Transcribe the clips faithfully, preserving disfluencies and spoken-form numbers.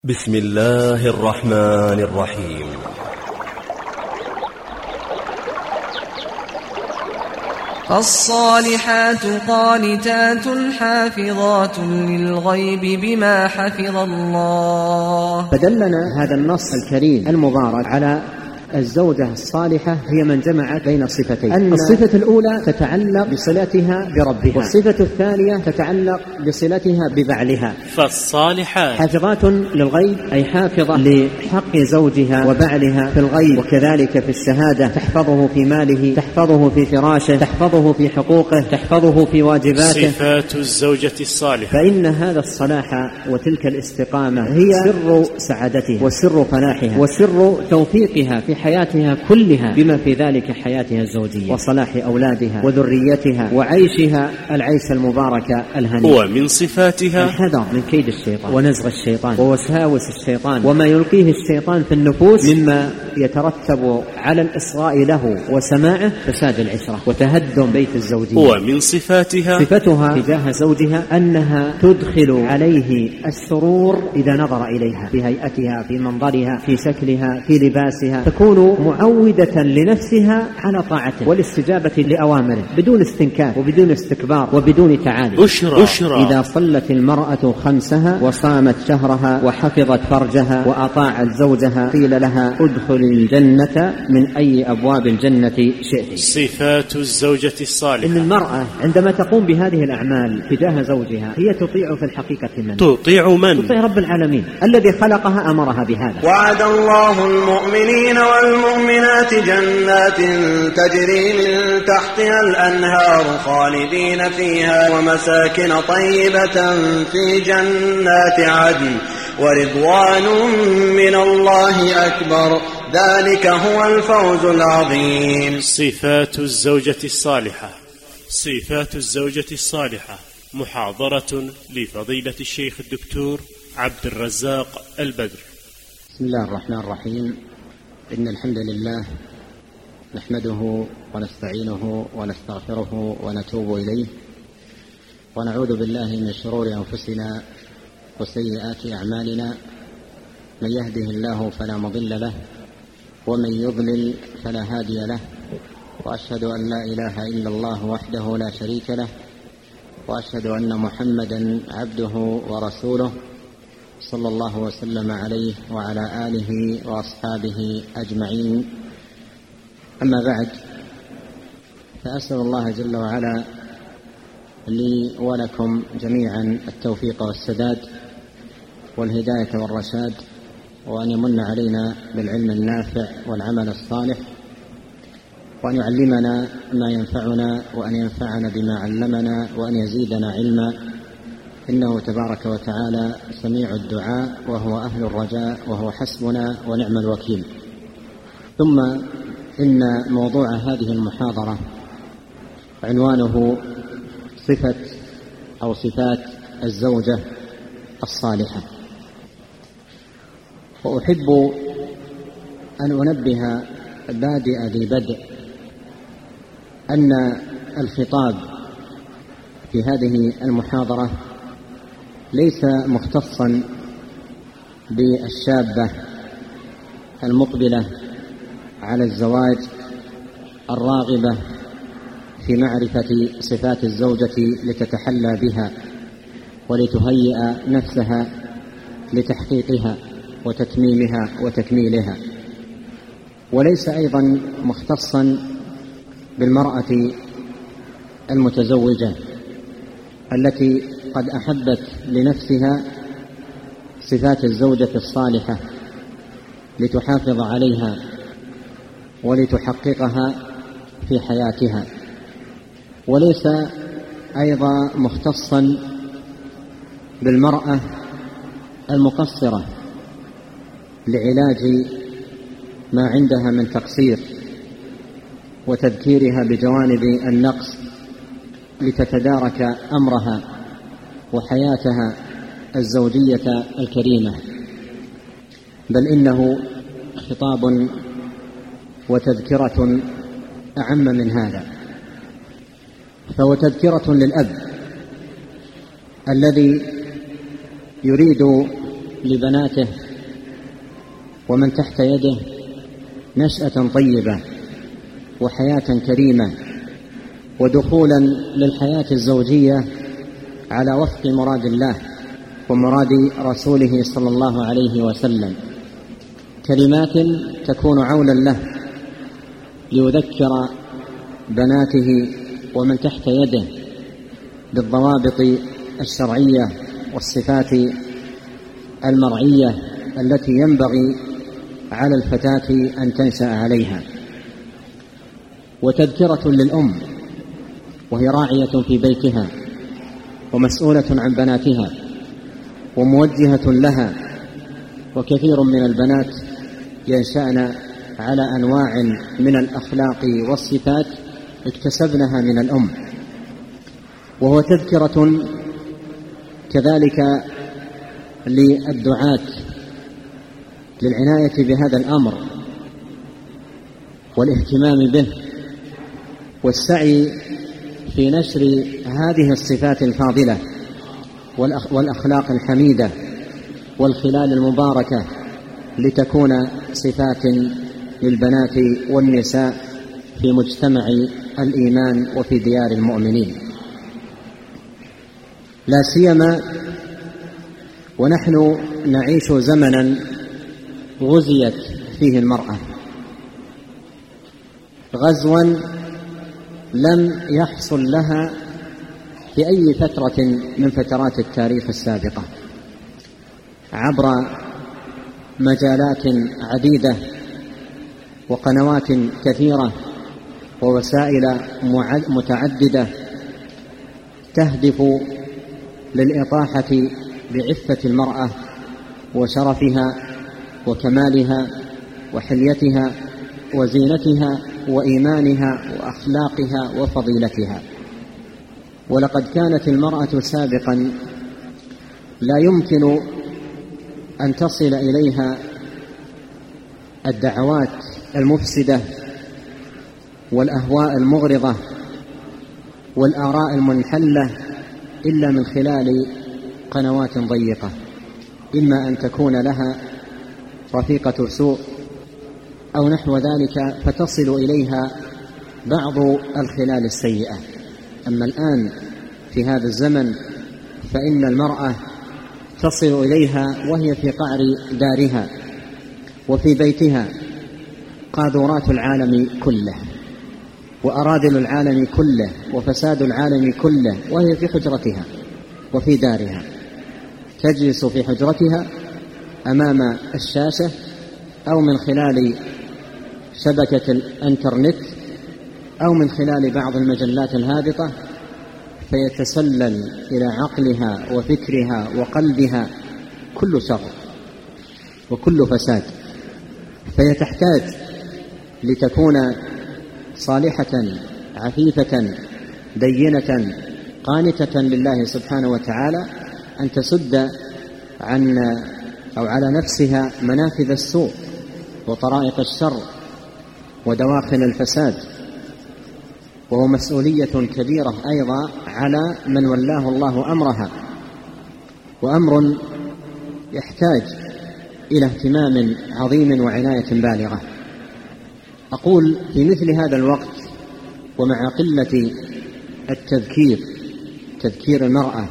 بسم الله الرحمن الرحيم. فالصالحات قانتات حافظات للغيب بما حفظ الله. فدلنا هذا النص الكريم المبارك على الزوجة الصالحة هي من جمعت بين الصفتين. أن الصفة الأولى تتعلق بصلتها بربها، والصفة الثانية تتعلق بصلتها ببعلها. فالصالحات حافظات للغيب أي حافظة لحق زوجها وبعلها في الغيب، وكذلك في الشهادة، تحفظه في ماله، تحفظه في فراشه، تحفظه في حقوقه، تحفظه في واجباته. صفات الزوجة الصالحة. فإن هذا الصلاح وتلك الاستقامة هي سر سعادتها وسر فلاحها وسر توفيقها في حياتها كلها، بما في ذلك حياتها الزوجية وصلاح أولادها وذريتها وعيشها العيش المبارك الهنيء. ومن صفاتها الحذر من كيد الشيطان ونزغ الشيطان ووساوس الشيطان وما يلقيه الشيطان في النفوس مما يترتب على الإصغاء له وسماعه فساد العشرة وتهدم بيت الزوجية. ومن صفاتها صفتها تجاه زوجها أنها تدخل عليه السرور إذا نظر إليها، في هيئتها، في منظرها، في شكلها، في لباسها، تكون معودة لنفسها على طاعته والاستجابة لأوامره بدون استنكار وبدون استكبار وبدون تعالي. بشرى بشرى إذا صلت المرأة خمسها وصامت شهرها وحفظت فرجها وأطاعت زوجها قيل لها ادخل الجنة من أي أبواب الجنة شئت. صفات الزوجة الصالحة. إن المرأة عندما تقوم بهذه الأعمال تجاه زوجها هي تطيع في الحقيقة من؟ تطيع من؟ تطيع رب العالمين الذي خلقها أمرها بهذا. وعد الله المؤمنين والمؤمنات جنات تجري من تحتها الأنهار خالدين فيها ومساكن طيبة في جنات عدن ورضوان من الله أكبر ذلك هو الفوز العظيم. صفات الزوجة الصالحة. صفات الزوجة الصالحة محاضرة لفضيلة الشيخ الدكتور عبد الرزاق البدر. بسم الله الرحمن الرحيم. إن الحمد لله نحمده ونستعينه ونستغفره ونتوب إليه ونعوذ بالله من شرور أنفسنا وسيئات أعمالنا، من يهده الله فلا مضل له ومن يضلل فلا هادي له، وأشهد أن لا إله إلا الله وحده لا شريك له، وأشهد أن محمدا عبده ورسوله صلى الله وسلم عليه وعلى آله وأصحابه أجمعين. أما بعد، فأسأل الله جل وعلا لي ولكم جميعا التوفيق والسداد والهداية والرشاد، وأن يمن علينا بالعلم النافع والعمل الصالح، وأن يعلمنا ما ينفعنا، وأن ينفعنا بما علمنا، وأن يزيدنا علما، إنه تبارك وتعالى سميع الدعاء وهو أهل الرجاء وهو حسبنا ونعم الوكيل. ثم إن موضوع هذه المحاضرة عنوانه صفة أو صفات الزوجة الصالحة. وأحب أن أنبه بادئ ذي بدء أن الخطاب في هذه المحاضرة ليس مختصا بالشابة المقبلة على الزواج الراغبة في معرفة صفات الزوجة لتتحلى بها ولتهيئ نفسها لتحقيقها وتتميمها وتكميلها، وليس أيضا مختصا بالمرأة المتزوجة التي قد أحبت لنفسها صفات الزوجة الصالحة لتحافظ عليها ولتحققها في حياتها، وليس أيضا مختصا بالمرأة المقصرة لعلاج ما عندها من تقصير وتذكيرها بجوانب النقص لتتدارك أمرها وحياتها الزوجية الكريمة، بل إنه خطاب وتذكرة أعم من هذا، فهو تذكرة للأب الذي يريد لبناته ومن تحت يده نشأة طيبة وحياة كريمة ودخولا للحياة الزوجية على وفق مراد الله ومراد رسوله صلى الله عليه وسلم، كلمات تكون عونا له ليذكر بناته ومن تحت يده بالضوابط الشرعية والصفات المرعية التي ينبغي على الفتاة أن تنشأ عليها، وتذكرة للأم وهي راعية في بيتها ومسؤولة عن بناتها وموجهة لها. وكثير من البنات ينشأن على أنواع من الأخلاق والصفات اكتسبنها من الأم، وهو تذكرة كذلك للدعاة للعناية بهذا الأمر والاهتمام به والسعي في نشر هذه الصفات الفاضلة والأخلاق الحميدة والخلال المباركة لتكون صفات للبنات والنساء في مجتمع الإيمان وفي ديار المؤمنين، لا سيما ونحن نعيش زمنا غزيت فيه المرأة غزوا لم يحصل لها في أي فترة من فترات التاريخ السابقة عبر مجالات عديدة وقنوات كثيرة ووسائل متعددة تهدف للإطاحة بعفة المرأة وشرفها وكمالها وحليتها وزينتها وإيمانها وأخلاقها وفضيلتها. ولقد كانت المرأة سابقا لا يمكن أن تصل إليها الدعوات المفسدة والأهواء المغرضة والآراء المنحلة إلا من خلال قنوات ضيقة، إما أن تكون لها رفيقة سوء أو نحو ذلك فتصل إليها بعض الخلال السيئة. أما الآن في هذا الزمن فإن المرأة تصل إليها وهي في قعر دارها وفي بيتها قاذورات العالم كله وأراذل العالم كله وفساد العالم كله وهي في حجرتها وفي دارها، تجلس في حجرتها أمام الشاشة أو من خلال شبكة الإنترنت أو من خلال بعض المجلات الهابطة، فيتسلل إلى عقلها وفكرها وقلبها كل شر وكل فساد، فهي تحتاج لتكون صالحة عفيفة دينة قانتة لله سبحانه وتعالى أن تسد عن أو على نفسها منافذ السوء وطرائق الشر ودواخل الفساد، وهو مسؤولية كبيرة أيضا على من ولاه الله أمرها، وأمر يحتاج إلى اهتمام عظيم وعناية بالغة. أقول في مثل هذا الوقت ومع قلة التذكير تذكير المرأة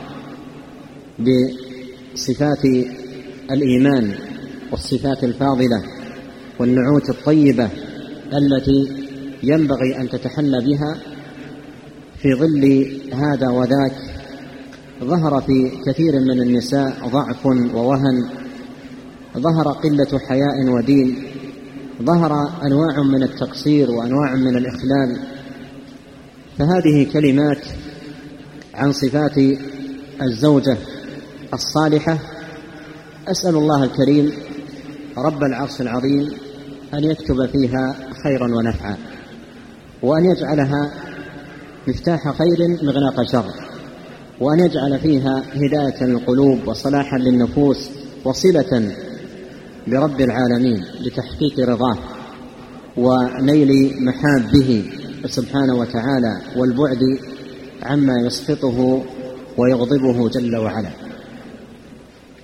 بصفات الإيمان والصفات الفاضلة والنعوت الطيبة التي ينبغي أن تتحلى بها في ظل هذا وذاك، ظهر في كثير من النساء ضعف ووهن، ظهر قلة حياء ودين، ظهر أنواع من التقصير وأنواع من الإخلال. فهذه كلمات عن صفات الزوجة الصالحة، أسأل الله الكريم رب العرش العظيم أن يكتب فيها خيرا ونفعا، وأن يجعلها مفتاح خير مغلاق شر، وأن يجعل فيها هداية للقلوب وصلاحا للنفوس وصلة برب العالمين لتحقيق رضاه ونيل محابه سبحانه وتعالى والبعد عما يسخطه ويغضبه جل وعلا.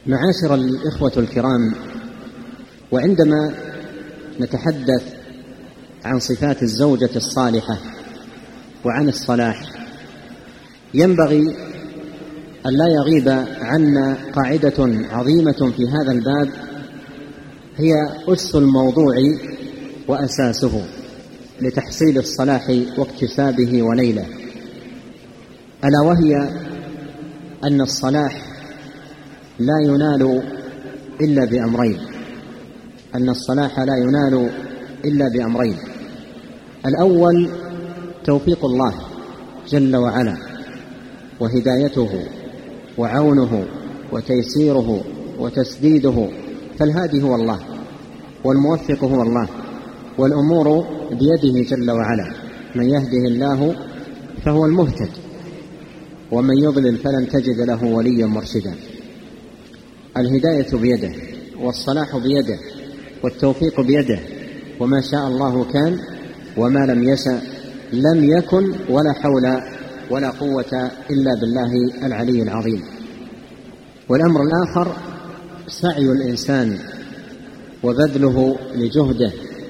معاشر الإخوة الكرام، وعندما نتحدث عن صفات الزوجة الصالحة وعن الصلاح ينبغي أن لا يغيب عنا قاعدة عظيمة في هذا الباب هي أس الموضوع وأساسه لتحصيل الصلاح واكتسابه ونيله، ألا وهي أن الصلاح لا ينال إلا بأمرين أن الصلاح لا ينال إلا بأمرين الأول توفيق الله جل وعلا وهدايته وعونه وتيسيره وتسديده، فالهادي هو الله والموفق هو الله، والأمور بيده جل وعلا، من يهده الله فهو المهتد ومن يضلل فلن تجد له وليا مرشدا. الهداية بيده والصلاح بيده والتوفيق بيده، وما شاء الله كان وما لم يشأ لم يكن، ولا حول ولا قوة إلا بالله العلي العظيم. والأمر الآخر سعي الإنسان وبذله لجهده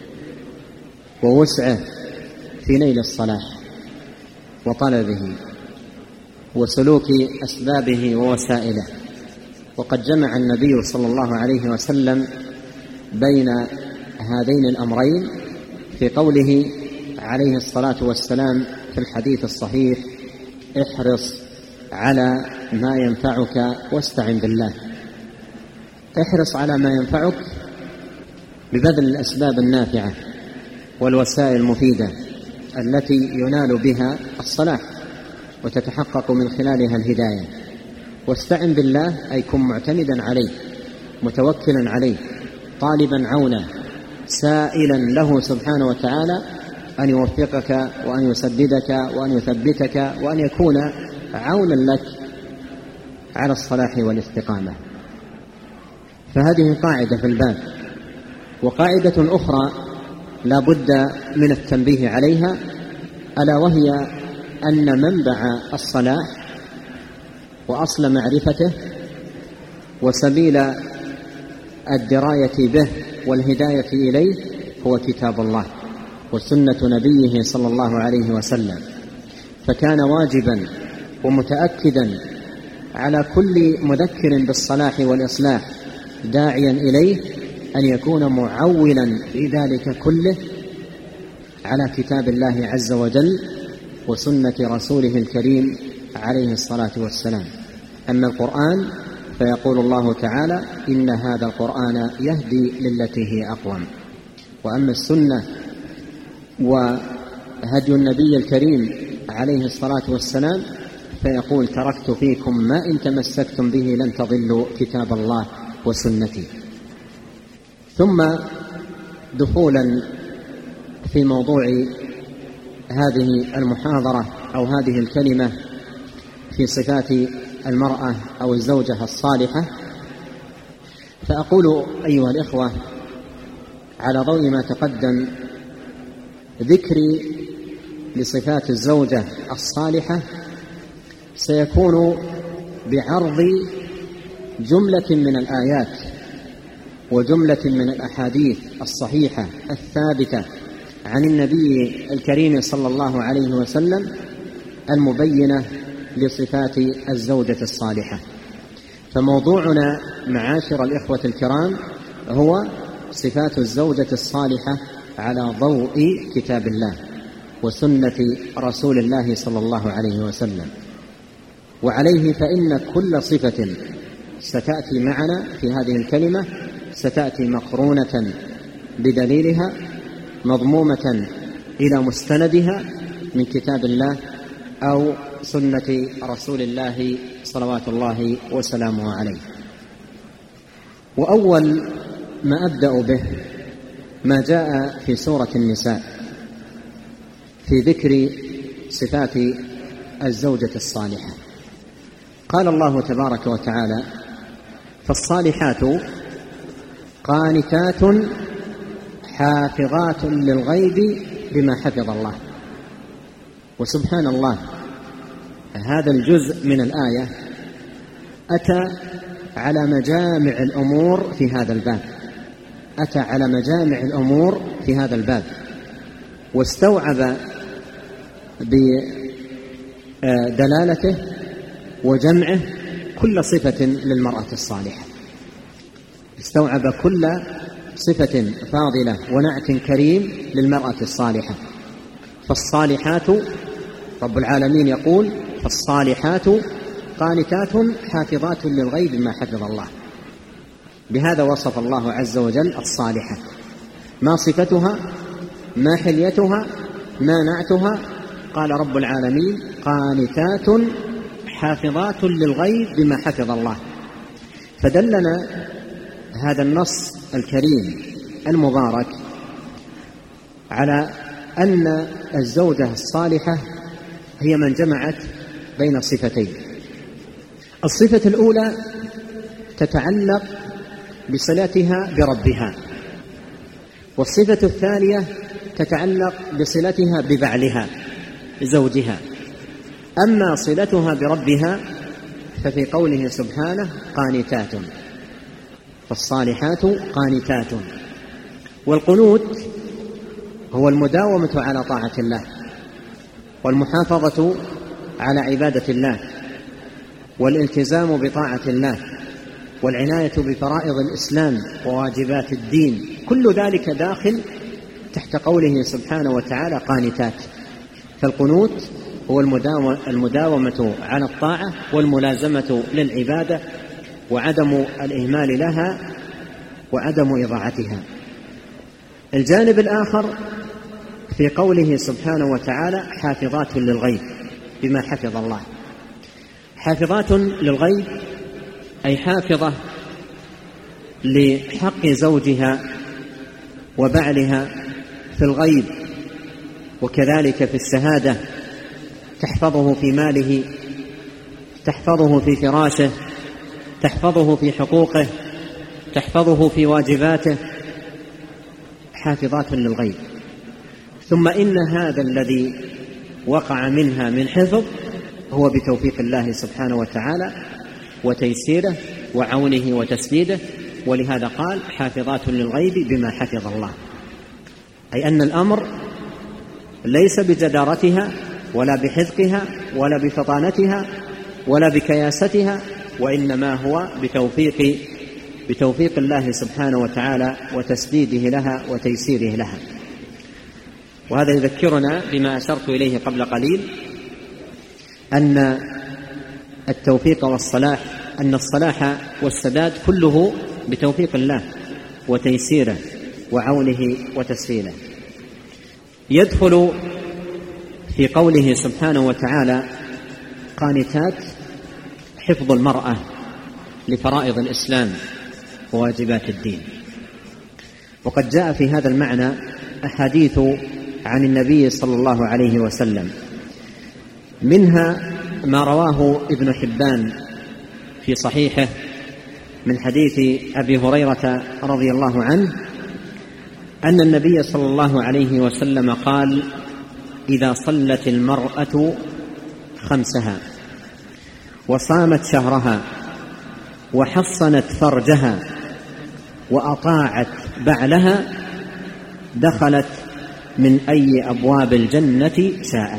ووسعه في نيل الصلاح وطلبه وسلوك أسبابه ووسائله. وقد جمع النبي صلى الله عليه وسلم بين هذين الأمرين في قوله عليه الصلاة والسلام في الحديث الصحيح: احرص على ما ينفعك واستعن بالله. احرص على ما ينفعك ببذل الأسباب النافعة والوسائل المفيدة التي ينال بها الصلاح وتتحقق من خلالها الهداية، واستعن بالله أي كن معتمدا عليه متوكلا عليه طالبا عونه سائلا له سبحانه وتعالى أن يوفقك وأن يسددك وأن يثبتك وأن يكون عونا لك على الصلاح والاستقامة. فهذه قاعدة في الباب. وقاعدة أخرى لا بد من التنبيه عليها، ألا وهي أن منبع الصلاح وأصل معرفته وسبيل الدراية به والهداية إليه هو كتاب الله وسنة نبيه صلى الله عليه وسلم. فكان واجبا ومتأكدا على كل مذكر بالصلاح والإصلاح داعيا إليه أن يكون معولا في ذلك كله على كتاب الله عز وجل وسنة رسوله الكريم عليه الصلاة والسلام. أما القرآن فيقول الله تعالى: إن هذا القرآن يهدي للتي هي أقوم. وأما السنة وهدي النبي الكريم عليه الصلاة والسلام فيقول: تركت فيكم ما إن تمسكتم به لن تضلوا كتاب الله وسنتي. ثم دخولا في موضوع هذه المحاضرة أو هذه الكلمة في صفات المرأة أو الزوجة الصالحة، فأقول أيها الإخوة على ضوء ما تقدم ذكري لصفات الزوجة الصالحة سيكون بعرض جملة من الآيات وجملة من الأحاديث الصحيحة الثابتة عن النبي الكريم صلى الله عليه وسلم المبينة لصفات الزوجة الصالحة. فموضوعنا معاشر الإخوة الكرام هو صفات الزوجة الصالحة على ضوء كتاب الله وسنة رسول الله صلى الله عليه وسلم. وعليه فإن كل صفة ستأتي معنا في هذه الكلمة ستأتي مقرونة بدليلها مضمومة إلى مستندها من كتاب الله أو سنة رسول الله صلوات الله وسلامه عليه. وأول ما أبدأ به ما جاء في سورة النساء في ذكر صفات الزوجة الصالحة. قال الله تبارك وتعالى: فالصالحات قانتات حافظات للغيب بما حفظ الله. وسبحان الله، هذا الجزء من الآية أتى على مجامع الأمور في هذا الباب، أتى على مجامع الأمور في هذا الباب، واستوعب بدلالته وجمعه كل صفة للمرأة الصالحة، استوعب كل صفة فاضلة ونعت كريم للمرأة الصالحة. فالصالحات رب العالمين يقول فالصالحات قانتات حافظات للغيب بما حفظ الله. بهذا وصف الله عز وجل الصالحة، ما صفتها، ما حليتها، ما نعتها. قال رب العالمين قانتات حافظات للغيب بما حفظ الله. فدلنا هذا النص الكريم المبارك على أن الزوجة الصالحة هي من جمعت بين صفتين. الصفة الأولى تتعلق بصلتها بربها، والصفة الثانية تتعلق بصلتها ببعلها زوجها. أما صلتها بربها ففي قوله سبحانه قانتات، فالصالحات قانتات. والقنوت هو المداومة على طاعة الله والمحافظة على عبادة الله والالتزام بطاعة الله والعناية بفرائض الإسلام وواجبات الدين، كل ذلك داخل تحت قوله سبحانه وتعالى قانتات. فالقنوت هو المداومة على الطاعة والملازمة للعبادة وعدم الإهمال لها وعدم إضاعتها. الجانب الآخر في قوله سبحانه وتعالى حافظات للغيب بما حفظ الله. حافظات للغيب أي حافظة لحق زوجها وبعلها في الغيب وكذلك في الشهادة، تحفظه في ماله، تحفظه في فراشه، تحفظه في حقوقه، تحفظه في واجباته، حافظات للغيب. ثم إن هذا الذي وقع منها من حفظ هو بتوفيق الله سبحانه وتعالى وتيسيره وعونه وتسديده، ولهذا قال حافظات للغيب بما حفظ الله، أي أن الأمر ليس بجدارتها ولا بحذقها ولا بفطانتها ولا بكياستها، وإنما هو بتوفيق بتوفيق الله سبحانه وتعالى وتسديده لها وتيسيره لها. وهذا يذكرنا بما أشرت إليه قبل قليل، أن التوفيق والصلاح أن الصلاح والسداد كله بتوفيق الله وتيسيره وعونه وتسهيله. يدخل في قوله سبحانه وتعالى قانتات حفظ المرأة لفرائض الإسلام وواجبات الدين. وقد جاء في هذا المعنى أحاديث عن النبي صلى الله عليه وسلم، منها ما رواه ابن حبان في صحيحه من حديث أبي هريرة رضي الله عنه أن النبي صلى الله عليه وسلم قال: إذا صلت المرأة خمسها وصامت شهرها وحصنت فرجها وأطاعت بعلها دخلت من أي أبواب الجنة شاءت.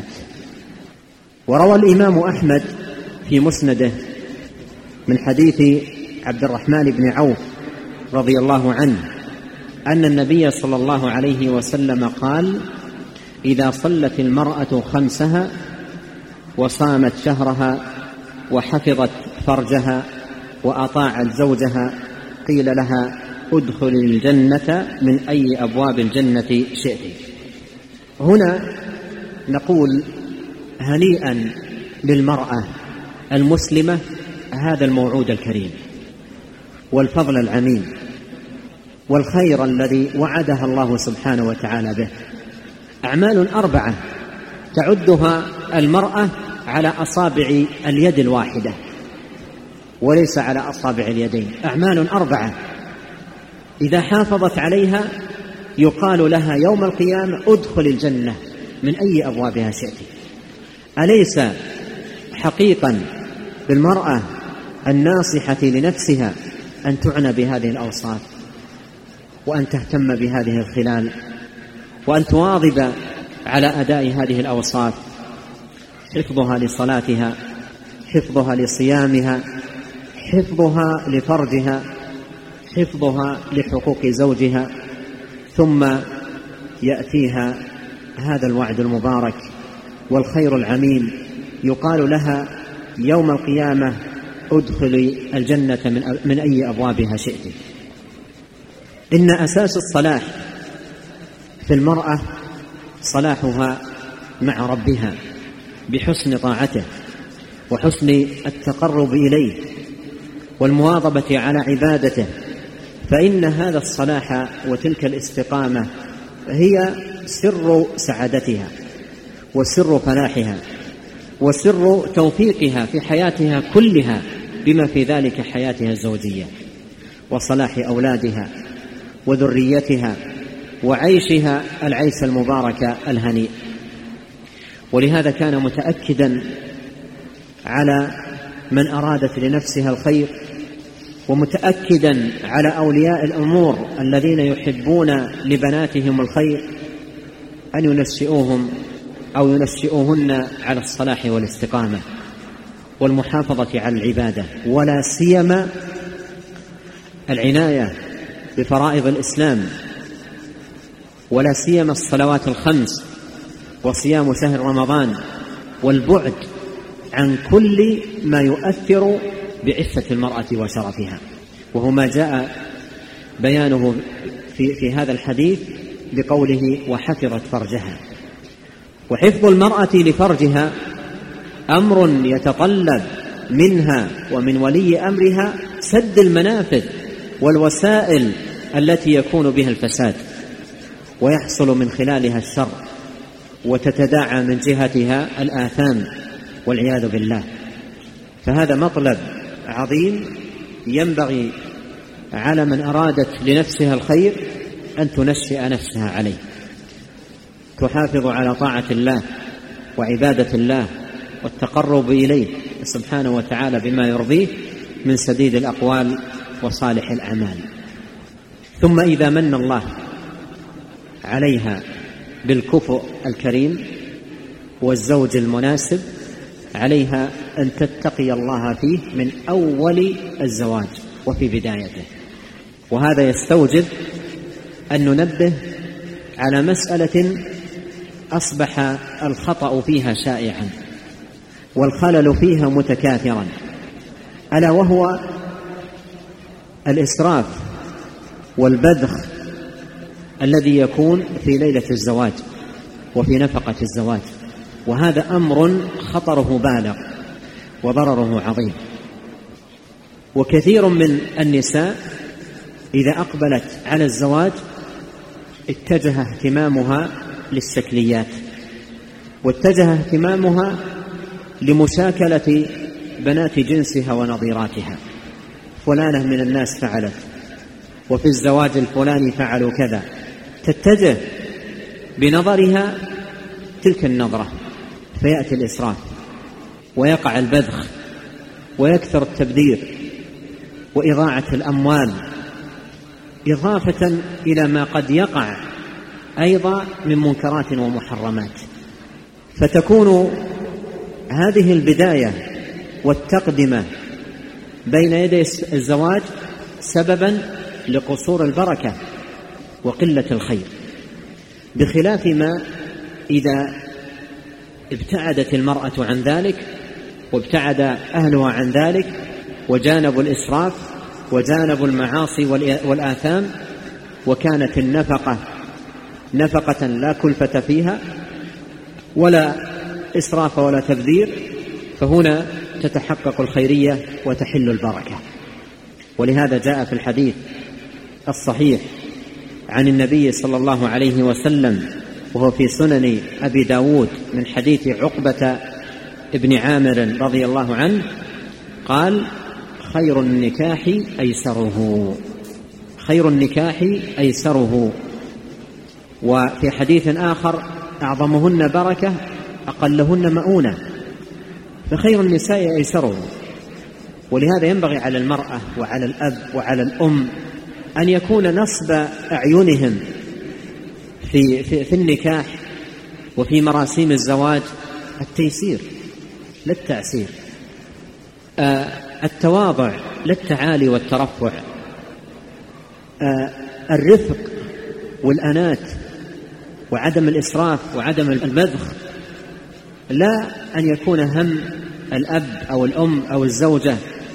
وروى الإمام أحمد في مسنده من حديث عبد الرحمن بن عوف رضي الله عنه أن النبي صلى الله عليه وسلم قال: إذا صلت المرأة خمسها وصامت شهرها وحفظت فرجها وأطاعت زوجها قيل لها: ادخل الجنة من أي أبواب الجنة شئت. هنا نقول هنيئا للمرأة المسلمة هذا الموعود الكريم والفضل العميم والخير الذي وعدها الله سبحانه وتعالى به. أعمال أربعة تعدها المرأة على أصابع اليد الواحدة وليس على أصابع اليدين، أعمال أربعة إذا حافظت عليها يقال لها يوم القيامة: ادخل الجنة من أي أبوابها شئت. أليس حقيقا بالمرأة الناصحة لنفسها أن تعنى بهذه الأوصاف، وأن تهتم بهذه الخلال، وأن تواظب على أداء هذه الأوصاف: حفظها لصلاتها، حفظها لصيامها، حفظها لفرجها، حفظها لحقوق زوجها. ثم يأتيها هذا الوعد المبارك والخير العميم، يقال لها يوم القيامة: ادخلي الجنة من أي أبوابها شئت. إن أساس الصلاح في المرأة صلاحها مع ربها بحسن طاعته وحسن التقرب إليه والمواظبة على عبادته، فإن هذا الصلاح وتلك الاستقامة هي سر سعادتها وسر فلاحها وسر توفيقها في حياتها كلها، بما في ذلك حياتها الزوجية وصلاح أولادها وذريتها وعيشها العيش المبارك الهنيء. ولهذا كان متأكدا على من أرادت لنفسها الخير، ومتأكدا على أولياء الأمور الذين يحبون لبناتهم الخير أن ينشئوهم أو ينشئوهن على الصلاح والاستقامة والمحافظة على العبادة، ولا سيما العناية بفرائض الإسلام، ولا سيما الصلوات الخمس وصيام شهر رمضان، والبعد عن كل ما يؤثر بعفة المرأة وشرفها، وهو ما جاء بيانه في, في هذا الحديث بقوله: وحفظت فرجها. وحفظ المرأة لفرجها أمر يتطلب منها ومن ولي أمرها سد المنافذ والوسائل التي يكون بها الفساد ويحصل من خلالها الشر، وتتداعى من جهتها الآثام والعياذ بالله. فهذا مطلب عظيم ينبغي على من أرادت لنفسها الخير أن تنشئ نفسها عليه، تحافظ على طاعة الله وعبادة الله والتقرب إليه سبحانه وتعالى بما يرضيه من سديد الأقوال وصالح الأعمال. ثم إذا من الله عليها بالكفء الكريم والزوج المناسب، عليها أن تتقي الله فيه من أول الزواج وفي بدايته. وهذا يستوجب أن ننبه على مسألة أصبح الخطأ فيها شائعا والخلل فيها متكاثرا، ألا وهو الإسراف والبذخ الذي يكون في ليلة الزواج وفي نفقة الزواج. وهذا أمر خطره بالغ وضرره عظيم. وكثير من النساء إذا أقبلت على الزواج اتجه اهتمامها للشكليات، واتجه اهتمامها لمشاكلة بنات جنسها ونظيراتها. فلانة من الناس فعلت، وفي الزواج الفلاني فعلوا كذا، تتجه بنظرها تلك النظرة، فيأتي الإسراف ويقع البذخ ويكثر التبذير وإضاعة الأموال، إضافة إلى ما قد يقع أيضا من منكرات ومحرمات. فتكون هذه البداية والتقدمة بين يدي الزواج سببا لقصور البركة وقلة الخير، بخلاف ما إذا ابتعدت المرأة عن ذلك وابتعد أهلها عن ذلك وجانبوا الإسراف وجانبوا المعاصي والآثام، وكانت النفقة نفقة لا كلفة فيها ولا إسراف ولا تبذير، فهنا تتحقق الخيرية وتحل البركة. ولهذا جاء في الحديث الصحيح عن النبي صلى الله عليه وسلم، وهو في سنن أبي داود، من حديث عقبة ابن عامر رضي الله عنه قال: خير النكاح أيسره، خير النكاح أيسره. وفي حديث آخر: أعظمهن بركة أقلهن مؤونة. فخير النساء أيسره، ولهذا ينبغي على المرأة وعلى الأب وعلى الأم أن يكون نصب أعينهم في, في, في النكاح وفي مراسيم الزواج التيسير لا التعسير، آه التواضع لا التعالي والترفع، آه الرفق والأنات وعدم الإسراف وعدم البذخ، لا أن يكون هم الأب أو الأم أو الزوجة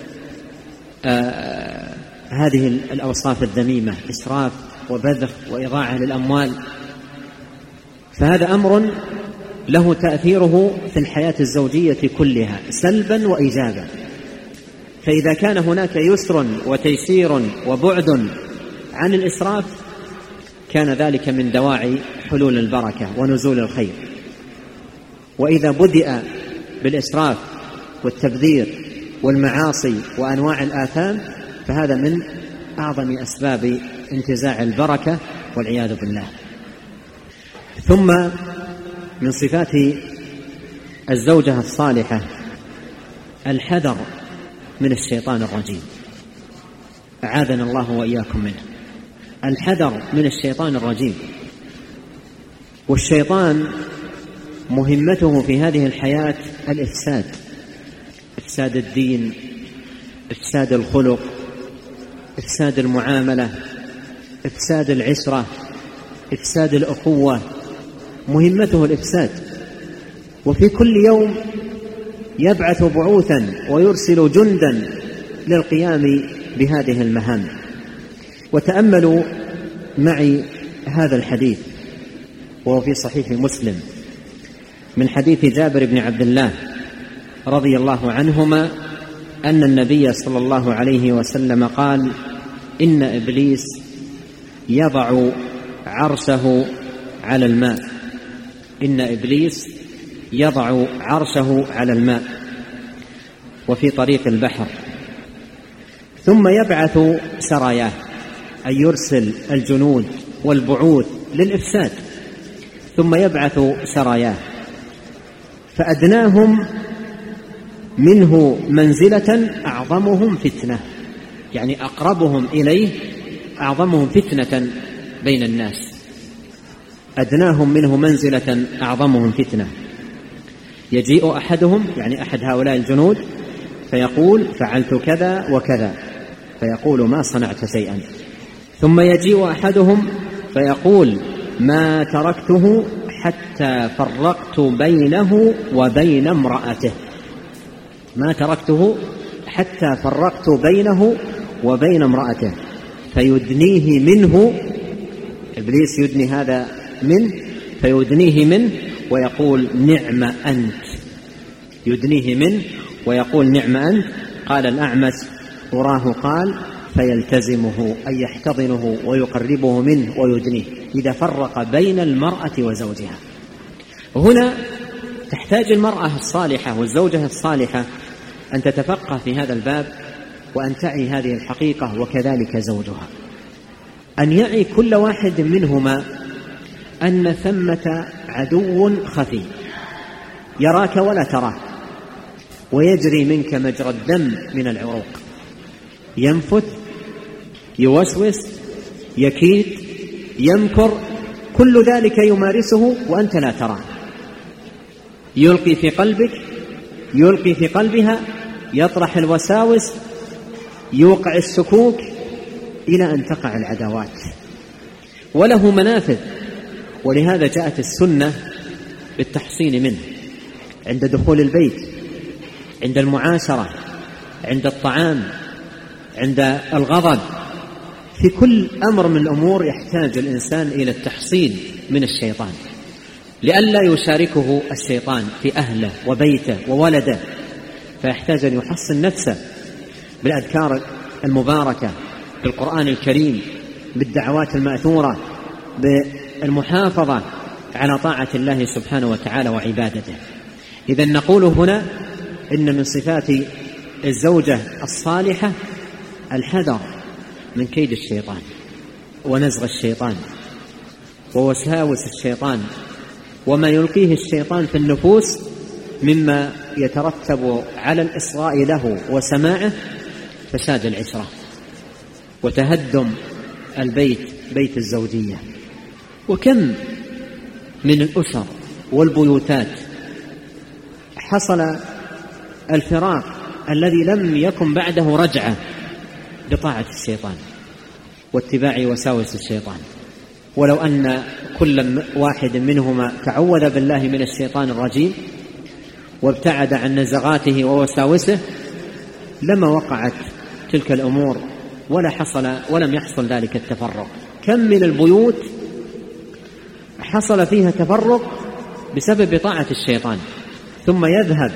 آه هذه الأوصاف الذميمة، إسراف وبذخ وإضاعة للأموال. فهذا أمر له تأثيره في الحياة الزوجية كلها سلبا وإيجابا. فإذا كان هناك يسر وتيسير وبعد عن الإسراف كان ذلك من دواعي حلول البركة ونزول الخير. وإذا بدأ بالإسراف والتبذير والمعاصي وأنواع الآثام فهذا من أعظم أسباب انتزاع البركة والعياذ بالله. ثم من صفات الزوجة الصالحة الحذر من الشيطان الرجيم، أعاذنا الله وإياكم منه. الحذر من الشيطان الرجيم. والشيطان مهمته في هذه الحياة الإفساد، إفساد الدين، إفساد الخلق، إفساد المعاملة، إفساد العشرة، إفساد الأخوة، مهمته الإفساد. وفي كل يوم يبعث بعوثا ويرسل جندا للقيام بهذه المهام. وتأملوا معي هذا الحديث وهو في صحيح مسلم من حديث جابر بن عبد الله رضي الله عنهما أن النبي صلى الله عليه وسلم قال: إن إبليس يضع عرشه على الماء إن إبليس يضع عرشه على الماء وفي طريق البحر، ثم يبعث سراياه، أي يرسل الجنود والبعوث للإفساد، ثم يبعث سراياه، فأدناهم منه منزلة أعظمهم فتنة، يعني أقربهم إليه أعظمهم فتنة بين الناس. أدناهم منه منزلة أعظمهم فتنة. يجيء أحدهم، يعني أحد هؤلاء الجنود، فيقول: فعلت كذا وكذا، فيقول: ما صنعت شيئا. ثم يجيء أحدهم فيقول: ما تركته حتى فرقت بينه وبين امرأته ما تركته حتى فرقت بينه وبين امرأته فيدنيه منه. إبليس يدني هذا منه، فيدنيه منه ويقول: نعم أنت. يدنيه منه ويقول: نعم أنت. قال الأعمش: أراه قال: فيلتزمه، أي يحتضنه ويقربه منه ويدنيه، إذا فرق بين المرأة وزوجها. هنا تحتاج المرأة الصالحة والزوجة الصالحة أن تتفقه في هذا الباب وأن تعي هذه الحقيقة، وكذلك زوجها أن يعي كل واحد منهما أن ثمة عدو خفي يراك ولا تراه، ويجري منك مجرى الدم من العروق، ينفث، يوسوس، يكيد، يمكر، كل ذلك يمارسه وأنت لا تراه. يلقي في قلبك، يلقي في قلبها، يطرح الوساوس، يوقع السكوك إلى أن تقع العداوات، وله منافذ. ولهذا جاءت السنة بالتحصين منه عند دخول البيت، عند المعاشرة، عند الطعام، عند الغضب. في كل أمر من الأمور يحتاج الإنسان إلى التحصين من الشيطان لئلا يشاركه الشيطان في أهله وبيته وولده، فيحتاج أن يحصن نفسه بالأذكار المباركة، بالقرآن الكريم، بالدعوات المأثورة، بالمحافظة على طاعة الله سبحانه وتعالى وعبادته. إذن نقول هنا إن من صفات الزوجة الصالحة الحذر من كيد الشيطان ونزغ الشيطان ووساوس الشيطان وما يلقيه الشيطان في النفوس مما يترتب على الإصغاء له وسماعه فساد العشرة وتهدم البيت، بيت الزوجية. وكم من الأسر والبيوتات حصل الفراق الذي لم يكن بعده رجعة بطاعة الشيطان واتباع وساوس الشيطان. ولو أن كل واحد منهما تعوذ بالله من الشيطان الرجيم وابتعد عن نزغاته ووساوسه لما وقعت تلك الأمور ولا حصل ولم يحصل ذلك التفرق. كم من البيوت حصل فيها تفرق بسبب طاعة الشيطان، ثم يذهب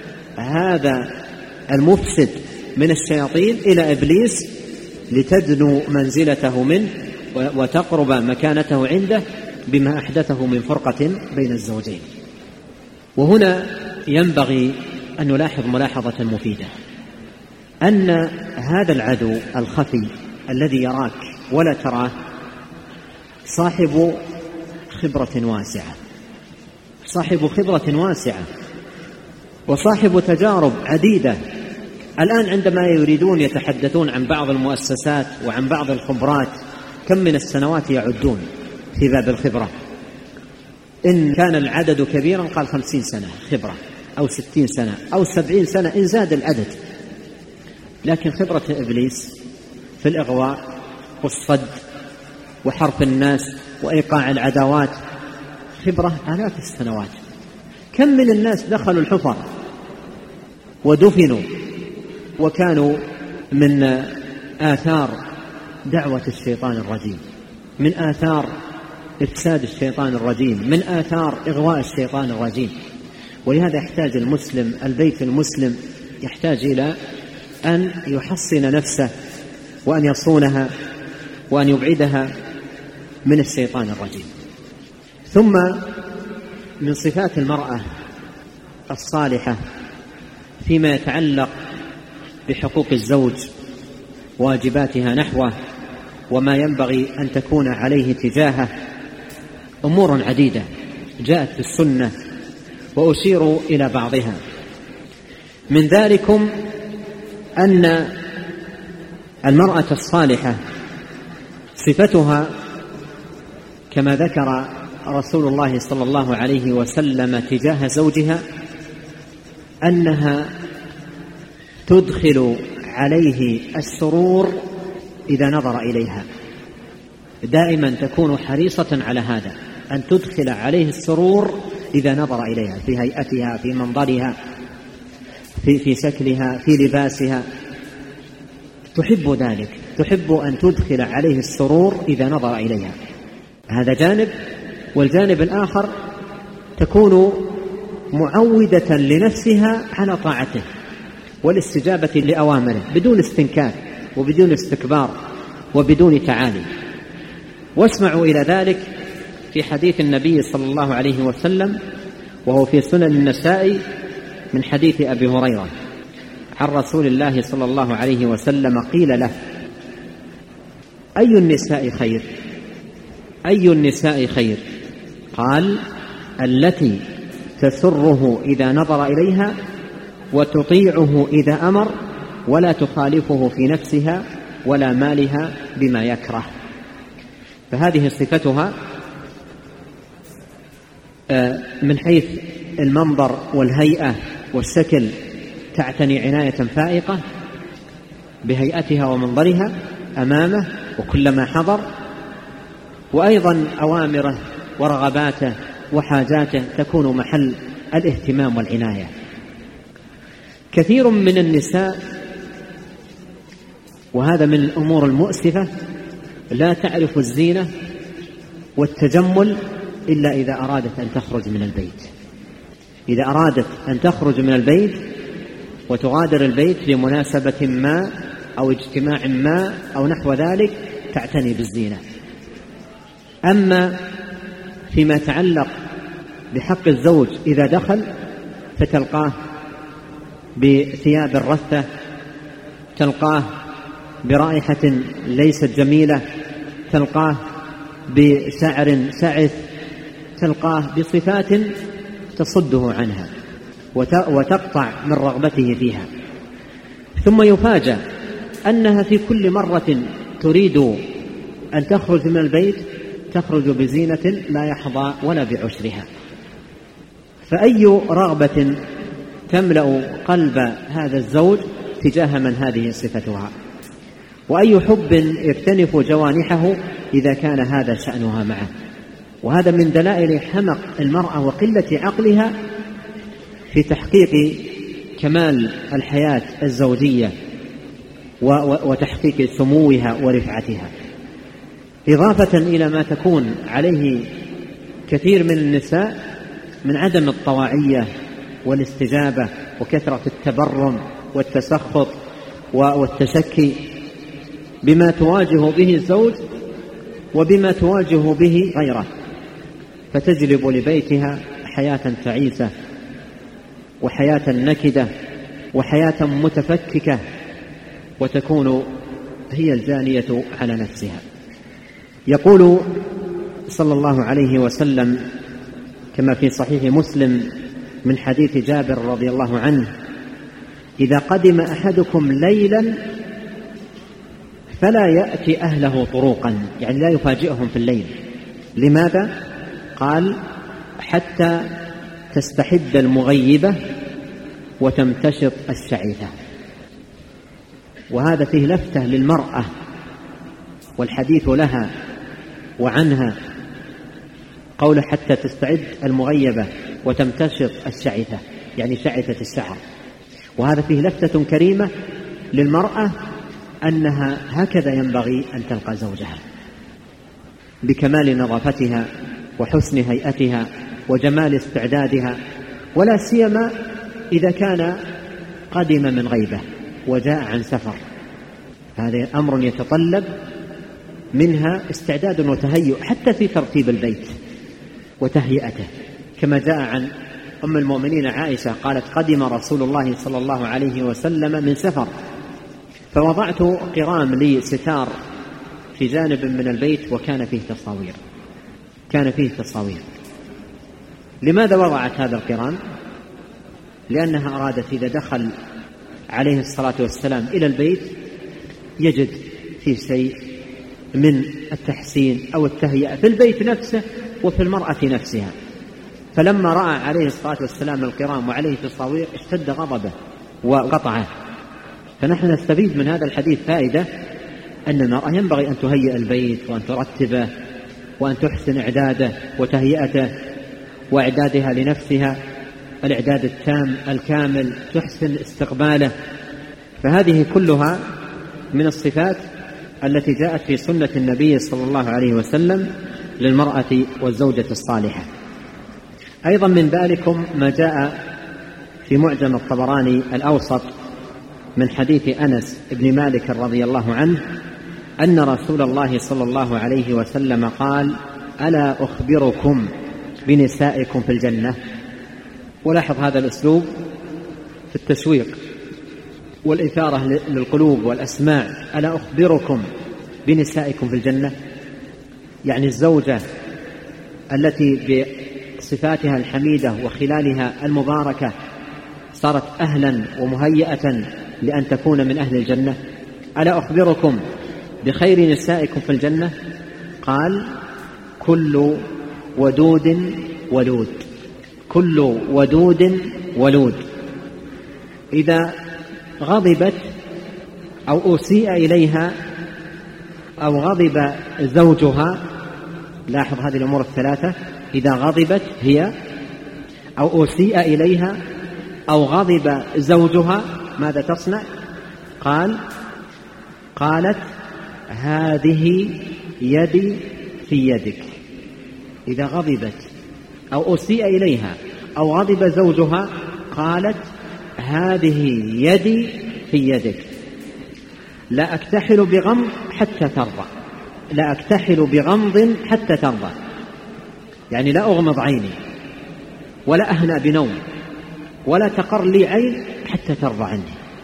هذا المفسد من الشياطين إلى إبليس لتدنو منزلته منه وتقرب مكانته عنده بما أحدثه من فرقة بين الزوجين. وهنا ينبغي أن نلاحظ ملاحظة مفيدة، أن هذا العدو الخفي الذي يراك ولا تراه صاحب خبرة واسعة، صاحب خبرة واسعة وصاحب تجارب عديدة. الآن عندما يريدون يتحدثون عن بعض المؤسسات وعن بعض الخبرات كم من السنوات يعدون في باب الخبرة؟ إن كان العدد كبيرا قال خمسين سنة خبرة أو ستين سنة أو سبعين سنة إن زاد العدد. لكن خبرة إبليس في الإغواء والصد وحرف الناس وإيقاع العداوات خبرة آلاف السنوات. كم من الناس دخلوا الحفر ودفنوا وكانوا من آثار دعوة الشيطان الرجيم، من آثار إفساد الشيطان الرجيم، من آثار إغواء الشيطان الرجيم. ولهذا يحتاج المسلم، البيت المسلم يحتاج إلى أن يحصن نفسه وأن يصونها وأن يبعدها من الشيطان الرجيم. ثم من صفات المرأة الصالحة فيما يتعلق بحقوق الزوج واجباتها نحوه وما ينبغي أن تكون عليه تجاهه أمور عديدة جاءت في السنة وأشير إلى بعضها. من ذلكم أن المرأة الصالحة صفتها كما ذكر رسول الله صلى الله عليه وسلم تجاه زوجها أنها تدخل عليه السرور إذا نظر إليها. دائما تكون حريصة على هذا، أن تدخل عليه السرور إذا نظر إليها، في هيئتها، في منظرها، في, في شكلها، في لباسها، تحب ذلك، تحب أن تدخل عليه السرور إذا نظر إليها. هذا جانب. والجانب الآخر تكون معودة لنفسها على طاعته والاستجابة لأوامره بدون استنكار وبدون استكبار وبدون تعالي. واسمعوا إلى ذلك في حديث النبي صلى الله عليه وسلم وهو في سنن النسائي من حديث أبي هريرة عن رسول الله صلى الله عليه وسلم قيل له: أي النساء خير؟ أي النساء خير؟ قال: التي تسره إذا نظر إليها وتطيعه إذا أمر ولا تخالفه في نفسها ولا مالها بما يكره. فهذه صفتها من حيث المنظر والهيئة والشكل، تعتني عناية فائقة بهيئتها ومنظرها أمامه وكلما حضر، وأيضا أوامره ورغباته وحاجاته تكون محل الاهتمام والعناية. كثير من النساء، وهذا من الأمور المؤسفة، لا تعرف الزينة والتجمل إلا إذا أرادت أن تخرج من البيت. إذا أرادت أن تخرج من البيت وتغادر البيت لمناسبة ما أو اجتماع ما أو نحو ذلك تعتني بالزينة. أما فيما يتعلق بحق الزوج إذا دخل فتلقاه بثياب رثة، تلقاه برائحة ليست جميلة، تلقاه بشعر سعث، تلقاه بصفات تصده عنها. وتقطع من رغبته فيها، ثم يفاجأ أنها في كل مرة تريد أن تخرج من البيت تخرج بزينة لا يحظى ولا بعشرها. فأي رغبة تملأ قلب هذا الزوج تجاه من هذه صفتها، وأي حب يكتنف جوانحه إذا كان هذا شأنها معه. وهذا من دلائل حمق المرأة وقلة عقلها في تحقيق كمال الحياة الزوجية وتحقيق سموها ورفعتها، إضافة إلى ما تكون عليه كثير من النساء من عدم الطواعية والاستجابة وكثرة التبرم والتسخط والتشكي بما تواجه به الزوج وبما تواجه به غيره، فتجلب لبيتها حياة تعيسة وحياة نكدة وحياة متفككة، وتكون هي الجانية على نفسها. يقول صلى الله عليه وسلم كما في صحيح مسلم من حديث جابر رضي الله عنه: إذا قدم أحدكم ليلا فلا يأتي أهله طروقا، يعني لا يفاجئهم في الليل. لماذا؟ قال: حتى تستحد المغيبة وتمتشط الشعيثة. وهذا فيه لفتة للمرأة والحديث لها وعنها، قول حتى تستعد المغيبة وتمتشط الشعيثة، يعني شعثة الشعر. وهذا فيه لفتة كريمة للمرأة أنها هكذا ينبغي أن تلقى زوجها، بكمال نظافتها وحسن هيئتها وجمال استعدادها، ولا سيما إذا كان قدم من غيبة وجاء عن سفر. هذا أمر يتطلب منها استعداد وتهيؤ حتى في ترتيب البيت وتهيئته، كما جاء عن أم المؤمنين عائشة قالت: قدم رسول الله صلى الله عليه وسلم من سفر فوضعت قرام لي ستار في جانب من البيت وكان فيه تصاوير كان فيه تصاوير لماذا وضعت هذا القرام؟ لأنها أرادت إذا دخل عليه الصلاة والسلام إلى البيت يجد فيه شيء من التحسين أو التهيئة في البيت نفسه وفي المرأة نفسها. فلما رأى عليه الصلاة والسلام القرام وعليه تصاوير اشتد غضبه وقطعه. فنحن نستفيد من هذا الحديث فائدة أن المرأة ينبغي أن تهيئ البيت وأن ترتبه وأن تحسن إعداده وتهيئته وإعدادها لنفسها الإعداد التام الكامل، تحسن استقباله. فهذه كلها من الصفات التي جاءت في سنة النبي صلى الله عليه وسلم للمرأة والزوجة الصالحة. أيضا من ذلكم ما جاء في معجم الطبراني الأوسط من حديث أنس بن مالك رضي الله عنه أن رسول الله صلى الله عليه وسلم قال: ألا أخبركم بنسائكم في الجنة؟ ولاحظ هذا الأسلوب في التشويق والإثارة للقلوب والأسماع. ألا أخبركم بنسائكم في الجنة؟ يعني الزوجة التي بصفاتها الحميدة وخلالها المباركة صارت أهلا ومهيئة لأن تكون من أهل الجنة. ألا أخبركم بخير نسائكم في الجنة؟ قال: كل ودود ولود. كل ودود ولود. إذا غضبت أو أسيء إليها أو غضب زوجها، لاحظ هذه الأمور الثلاثة: إذا غضبت هي أو أسيء إليها أو غضب زوجها ماذا تصنع؟ قال قالت: هذه يدي في يدك. إذا غضبت أو أسيء إليها أو غضب زوجها قالت: هذه يدي في يدك، لا أكتحل بغمض حتى ترضى. لا أكتحل بغمض حتى ترضى، يعني لا أغمض عيني ولا أهنى بنوم ولا تقر لي عين حتى ترضى عني.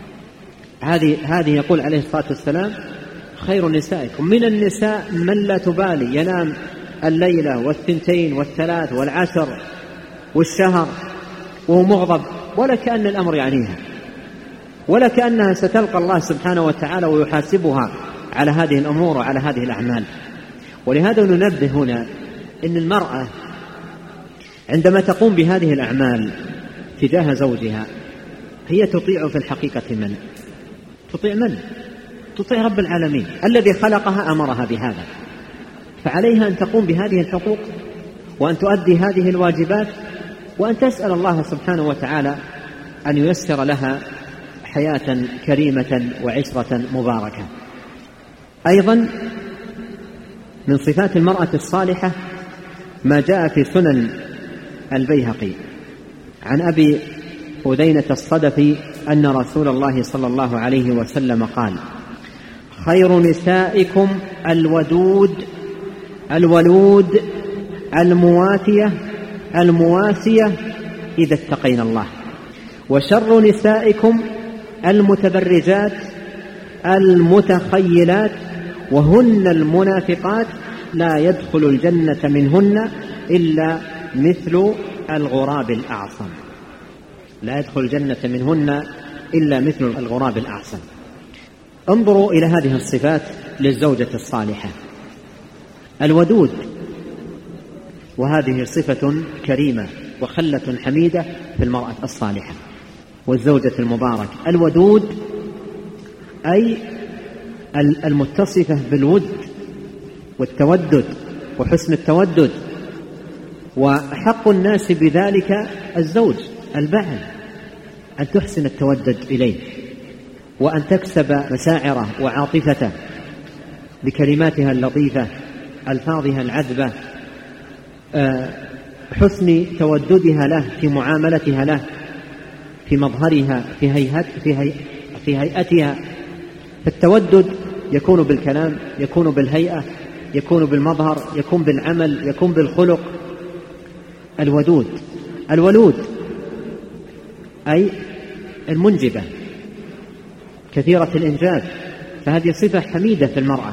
هذه هذه يقول عليه الصلاة والسلام: خير نسائكم. من النساء من لا تبالي ينام الليلة والثنتين والثلاث والعشر والشهر وهو مغضب ولا كأن الأمر يعنيها، ولا كأنها ستلقى الله سبحانه وتعالى ويحاسبها على هذه الأمور وعلى هذه الأعمال. ولهذا ننبه هنا إن المرأة عندما تقوم بهذه الأعمال تجاه زوجها هي تطيع في الحقيقة من؟ تطيع من؟ تطيع رب العالمين الذي خلقها، أمرها بهذا، فعليها أن تقوم بهذه الحقوق وأن تؤدي هذه الواجبات وأن تسأل الله سبحانه وتعالى أن ييسر لها حياة كريمة وعشرة مباركة. أيضا من صفات المرأة الصالحة ما جاء في سنن البيهقي عن أبي أذينة الصدفي أن رسول الله صلى الله عليه وسلم قال: خير نسائكم الودود الولود المواتية المواسية إذا اتقين الله، وشر نسائكم المتبرجات المتخيلات وهن المنافقات لا يدخل الجنة منهن إلا مثل الغراب الأعصم. لا يدخل الجنة منهن إلا مثل الغراب الأعصم. انظروا إلى هذه الصفات للزوجة الصالحة: الودود، وهذه صفة كريمة وخلة حميدة في المرأة الصالحة والزوجة المباركة. الودود أي المتصفة بالود والتودد وحسن التودد، وحق الناس بذلك الزوج البعل أن تحسن التودد إليه وأن تكسب مشاعره وعاطفته بكلماتها اللطيفة ألفاظها العذبة، حسن توددها له في معاملتها له، في مظهرها، في هيئت في, هي في هيئتها. فالتودد يكون بالكلام، يكون بالهيئة، يكون بالمظهر، يكون بالعمل، يكون بالخلق. الودود. الولود أي المنجبة كثيرة الإنجاب، فهذه صفة حميدة في المرأة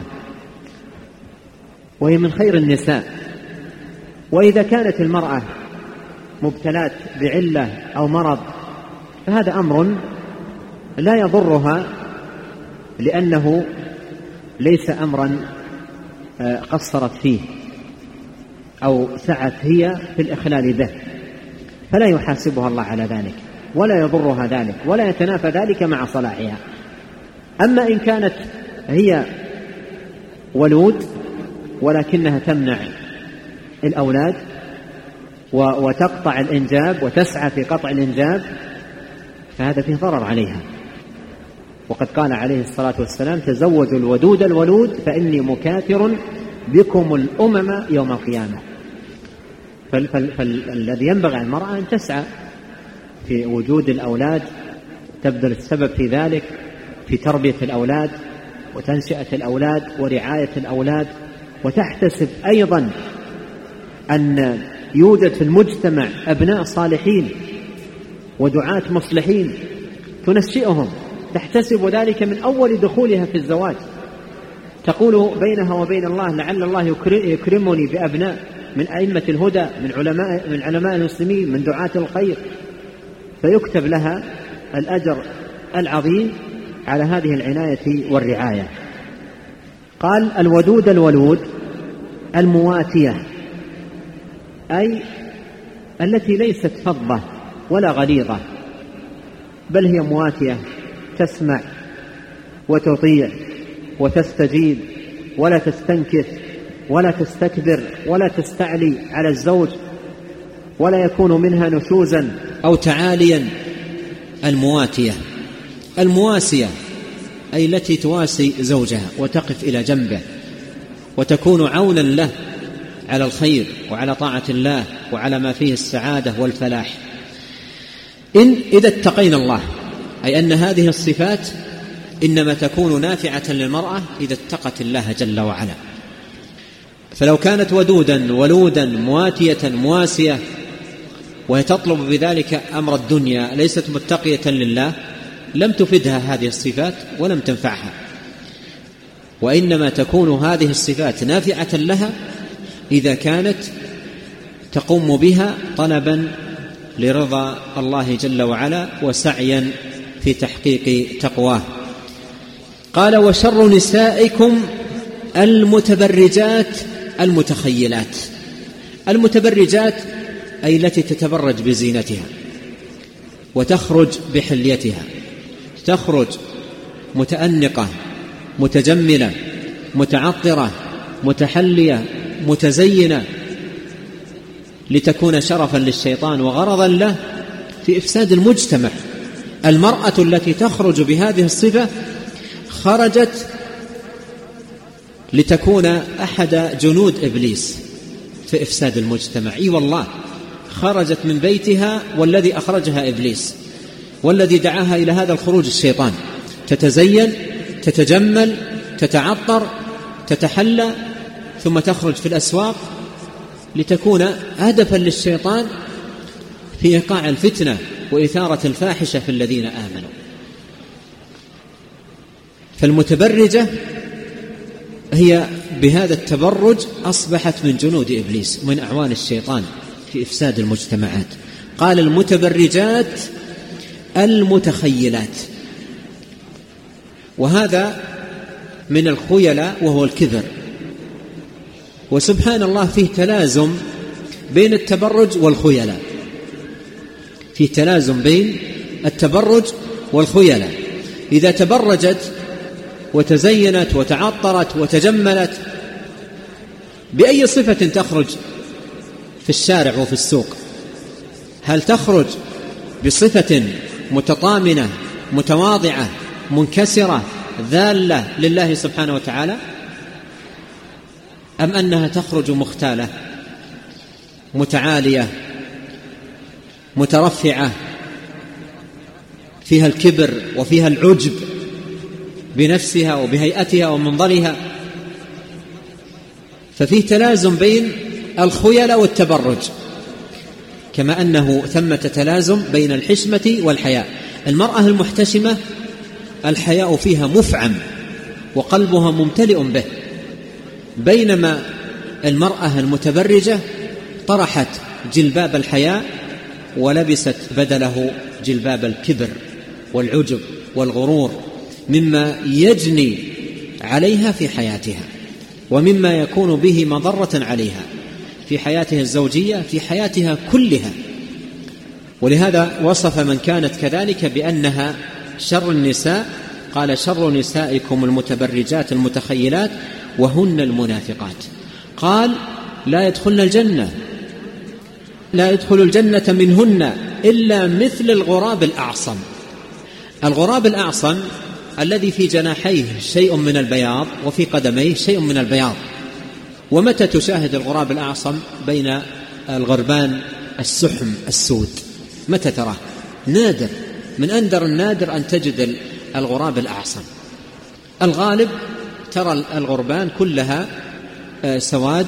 وهي من خير النساء. وإذا كانت المرأة مبتلات بعلة أو مرض فهذا أمر لا يضرها، لأنه ليس أمرا قصرت فيه أو سعت هي في الإخلال به، فلا يحاسبها الله على ذلك ولا يضرها ذلك ولا يتنافى ذلك مع صلاحها. أما إن كانت هي ولود ولكنها تمنع الأولاد وتقطع الإنجاب وتسعى في قطع الإنجاب فهذا فيه ضرر عليها. وقد قال عليه الصلاة والسلام: تزوجوا الودود الولود فإني مكاثر بكم الأمم يوم القيامة. فالذي ينبغي على المرأة أن تسعى في وجود الأولاد، تبذل السبب في ذلك في تربية الأولاد وتنشئة الأولاد ورعاية الأولاد، وتحتسب أيضا أن يوجد في المجتمع أبناء صالحين ودعاة مصلحين تنشئهم، تحتسب ذلك من أول دخولها في الزواج، تقول بينها وبين الله: لعل الله يكرمني بأبناء من أئمة الهدى، من علماء من علماء المسلمين، من دعاة الخير، فيكتب لها الأجر العظيم على هذه العناية والرعاية. قال: الودود الولود المواتية أي التي ليست فظة ولا غليظة، بل هي مواتية، تسمع وتطيع وتستجيب ولا تستنكف ولا تستكبر ولا تستعلي على الزوج، ولا يكون منها نشوزا أو تعاليا. المواتية. المواسية أي التي تواسي زوجها وتقف إلى جنبه وتكون عونا له على الخير وعلى طاعة الله وعلى ما فيه السعادة والفلاح. إن إذا اتقينا الله، أي أن هذه الصفات إنما تكون نافعة للمرأة إذا اتقت الله جل وعلا. فلو كانت ودودا ولودا مواتية مواسية وهي تطلب بذلك أمر الدنيا ليست متقية لله لم تفدها هذه الصفات ولم تنفعها، وإنما تكون هذه الصفات نافعة لها إذا كانت تقوم بها طلبا لرضا الله جل وعلا وسعيا في تحقيق تقواه. قال: وشر نسائكم المتبرجات المتخيلات. المتبرجات أي التي تتبرج بزينتها وتخرج بحليتها، تخرج متأنقة متجملة متعطرة متحلية متزينة لتكون شرفا للشيطان وغرضا له في إفساد المجتمع. المرأة التي تخرج بهذه الصفة خرجت لتكون أحد جنود إبليس في إفساد المجتمع. إي والله، خرجت من بيتها والذي أخرجها إبليس، والذي دعاها إلى هذا الخروج الشيطان. تتزين، تتجمل، تتعطر، تتحلى، ثم تخرج في الأسواق لتكون هدفا للشيطان في إيقاع الفتنة وإثارة الفاحشة في الذين آمنوا. فالمتبرجة هي بهذا التبرج أصبحت من جنود إبليس ومن أعوان الشيطان في إفساد المجتمعات. قال: المتبرجات المتخيلات. وهذا من الخيلاء وهو الكبر. وسبحان الله فيه تلازم بين التبرج والخيلاء، فيه تلازم بين التبرج والخيلاء. إذا تبرجت وتزينت وتعطرت وتجملت، بأي صفة تخرج في الشارع وفي السوق؟ هل تخرج بصفة متطامنة متواضعة منكسرة ذالة لله سبحانه وتعالى، أم أنها تخرج مختالة متعالية مترفعة فيها الكبر وفيها العجب بنفسها وبهيئتها ومنظرها؟ ففيه تلازم بين الخيلاء والتبرج، كما أنه ثمة تلازم بين الحشمة والحياء. المرأة المحتشمة الحياء فيها مفعم وقلبها ممتلئ به، بينما المرأة المتبرجة طرحت جلباب الحياء ولبست بدله جلباب الكبر والعجب والغرور، مما يجني عليها في حياتها ومما يكون به مضرة عليها في حياتها الزوجية، في حياتها كلها. ولهذا وصف من كانت كذلك بأنها شر النساء. قال: شر نسائكم المتبرجات المتخيلات وهن المنافقات. قال: لا يدخلن الجنة، لا يدخل الجنة منهن إلا مثل الغراب الأعصم. الغراب الأعصم الذي في جناحيه شيء من البياض وفي قدميه شيء من البياض. ومتى تشاهد الغراب الأعصم؟ بين الغربان السحم السود، متى تراه؟ نادر، من أندر النادر أن تجد الغراب الأعصم. الغالب ترى الغربان كلها سواد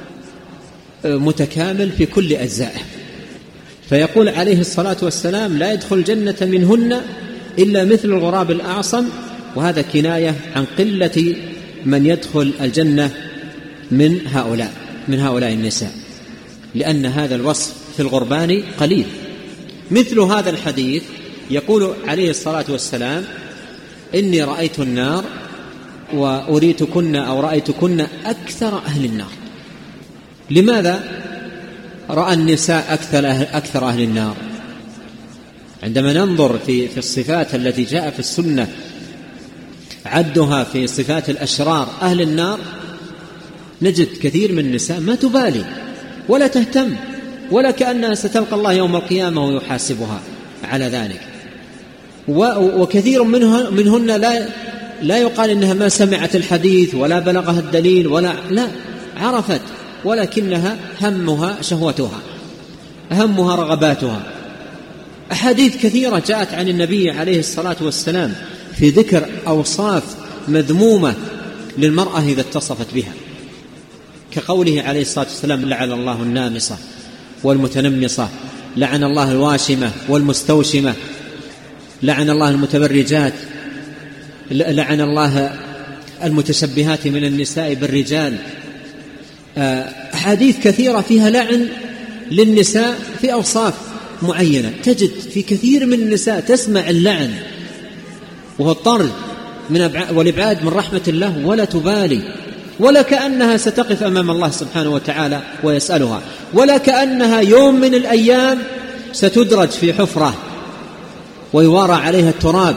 متكامل في كل أجزائه. فيقول عليه الصلاة والسلام: لا يدخل الجنة منهن إلا مثل الغراب الأعصم. وهذا كناية عن قلة من يدخل الجنة من هؤلاء من هؤلاء النساء، لأن هذا الوصف في الغربان قليل. مثل هذا الحديث يقول عليه الصلاة والسلام: إني رأيت النار وأريتكن أو رأيتكن أكثر أهل النار. لماذا رأى النساء أكثر أهل, أكثر أهل النار؟ عندما ننظر في, في الصفات التي جاء في السنة عدها في صفات الأشرار أهل النار، نجد كثير من النساء ما تبالي ولا تهتم، ولا كأنها ستلقى الله يوم القيامة ويحاسبها على ذلك. وكثير منهن, منهن لا, لا يقال إنها ما سمعت الحديث ولا بلغها الدليل ولا لا، عرفت، ولكنها همها شهوتها، همها رغباتها. أحاديث كثيرة جاءت عن النبي عليه الصلاة والسلام في ذكر أوصاف مذمومة للمرأة إذا اتصفت بها، كقوله عليه الصلاة والسلام: لعن الله النامصة والمتنمصة، لعن الله الواشمة والمستوشمة، لعن الله المتبرجات، لعن الله المتشبهات من النساء بالرجال. أحاديث كثيرة فيها لعن للنساء في أوصاف معينة. تجد في كثير من النساء تسمع اللعن وهو الطرد من والإبعاد من رحمة الله ولا تبالي، ولا كأنها ستقف أمام الله سبحانه وتعالى ويسألها، ولا كأنها يوم من الأيام ستدرج في حفرة ويوارى عليها التراب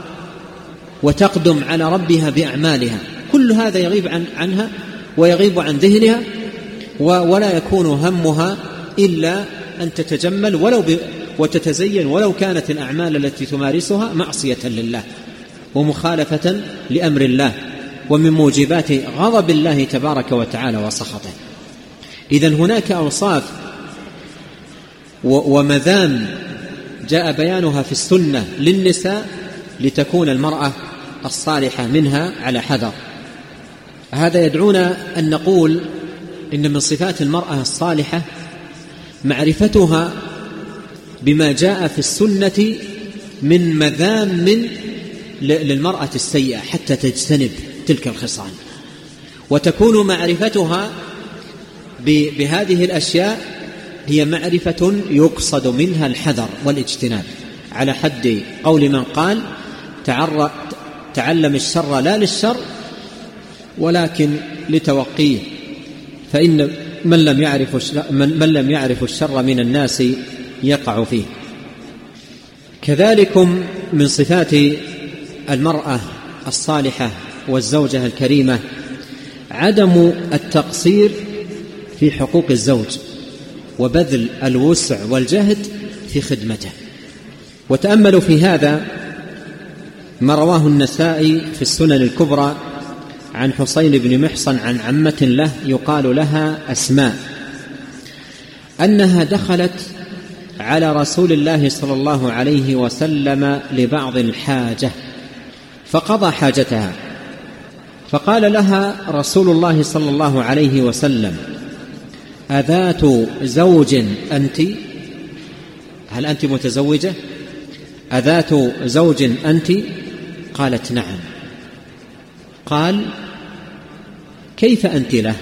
وتقدم على ربها بأعمالها. كل هذا يغيب عن عنها ويغيب عن ذهنها، ولا يكون همها إلا أن تتجمل ولو ب... وتتزين ولو كانت الأعمال التي تمارسها معصية لله ومخالفة لأمر الله ومن موجبات غضب الله تبارك وتعالى وسخطه. إذن هناك أوصاف و... ومذام جاء بيانها في السنة للنساء لتكون المرأة الصالحة منها على حذر. هذا يدعونا أن نقول إن من صفات المرأة الصالحة معرفتها بما جاء في السنة من مذام للمرأة السيئة حتى تجتنب تلك الخصال، وتكون معرفتها بهذه الأشياء هي معرفة يقصد منها الحذر والاجتناب، على حد قول من قال تعلم الشر لا للشر ولكن لتوقيه، فإن من لم يعرف من لم يعرف الشر من الناس يقع فيه. كذلكم من صفات المرأة الصالحة والزوجة الكريمة عدم التقصير في حقوق الزوج وبذل الوسع والجهد في خدمته. وتأملوا في هذا ما رواه النسائي في السنن الكبرى عن حسين بن محصن عن عمة له يقال لها أسماء أنها دخلت على رسول الله صلى الله عليه وسلم لبعض الحاجة فقضى حاجتها، فقال لها رسول الله صلى الله عليه وسلم: أذات زوج أنت؟ هل أنت متزوجة؟ أذات زوج أنت؟ قالت: نعم. قال: كيف أنت له؟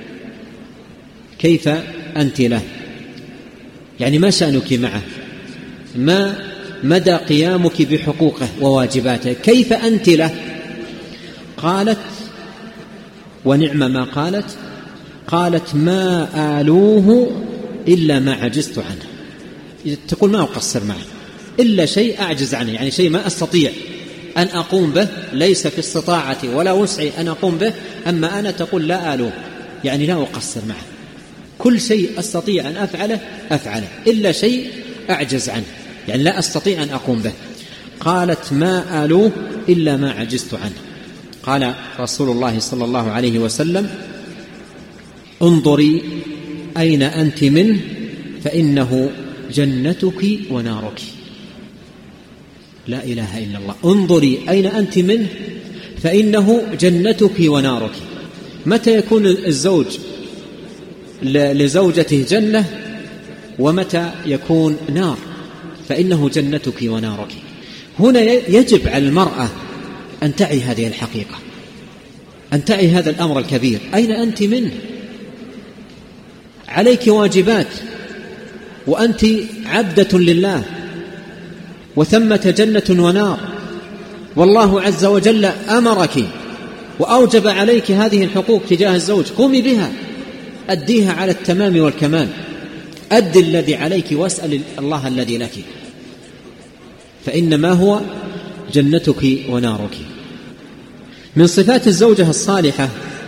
كيف أنت له؟ يعني ما شأنك معه؟ ما مدى قيامك بحقوقه وواجباته؟ كيف أنت له؟ قالت: ونعم ما قالت، قالت: ما آلوه إلا ما عجزت عنه. تقول ما أقصر معه إلا شيء أعجز عنه، يعني شيء ما أستطيع أن أقوم به، ليس في استطاعتي ولا وسعي أن أقوم به، أما أنا تقول لا آلوه يعني لا أقصر معه، كل شيء أستطيع أن أفعله أفعله إلا شيء أعجز عنه، يعني لا أستطيع أن أقوم به. قالت: ما آلوه إلا ما عجزت عنه. قال رسول الله صلى الله عليه وسلم: انظري أين أنت منه فإنه جنتك ونارك. لا إله إلا الله. انظري أين أنت منه فإنه جنتك ونارك. متى يكون الزوج لزوجته جنة ومتى يكون نار؟ فإنه جنتك ونارك. هنا يجب على المرأة أن تعي هذه الحقيقة، أن تعي هذا الأمر الكبير. أين أنت منه؟ عليك واجبات وأنت عبدة لله، وثمة جنة ونار، والله عز وجل أمرك وأوجب عليك هذه الحقوق تجاه الزوج، قومي بها، أديها على التمام والكمال، أد الذي عليك واسأل الله الذي لك، فإنما هو جنتك ونارك. من صفات الزوجة الصالحة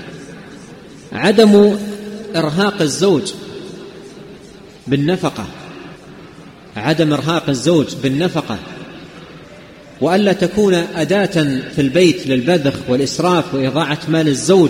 عدم إرهاق الزوج بالنفقة، عدم إرهاق الزوج بالنفقة، وألا تكون أداة في البيت للبذخ والإسراف وإضاعة مال الزوج،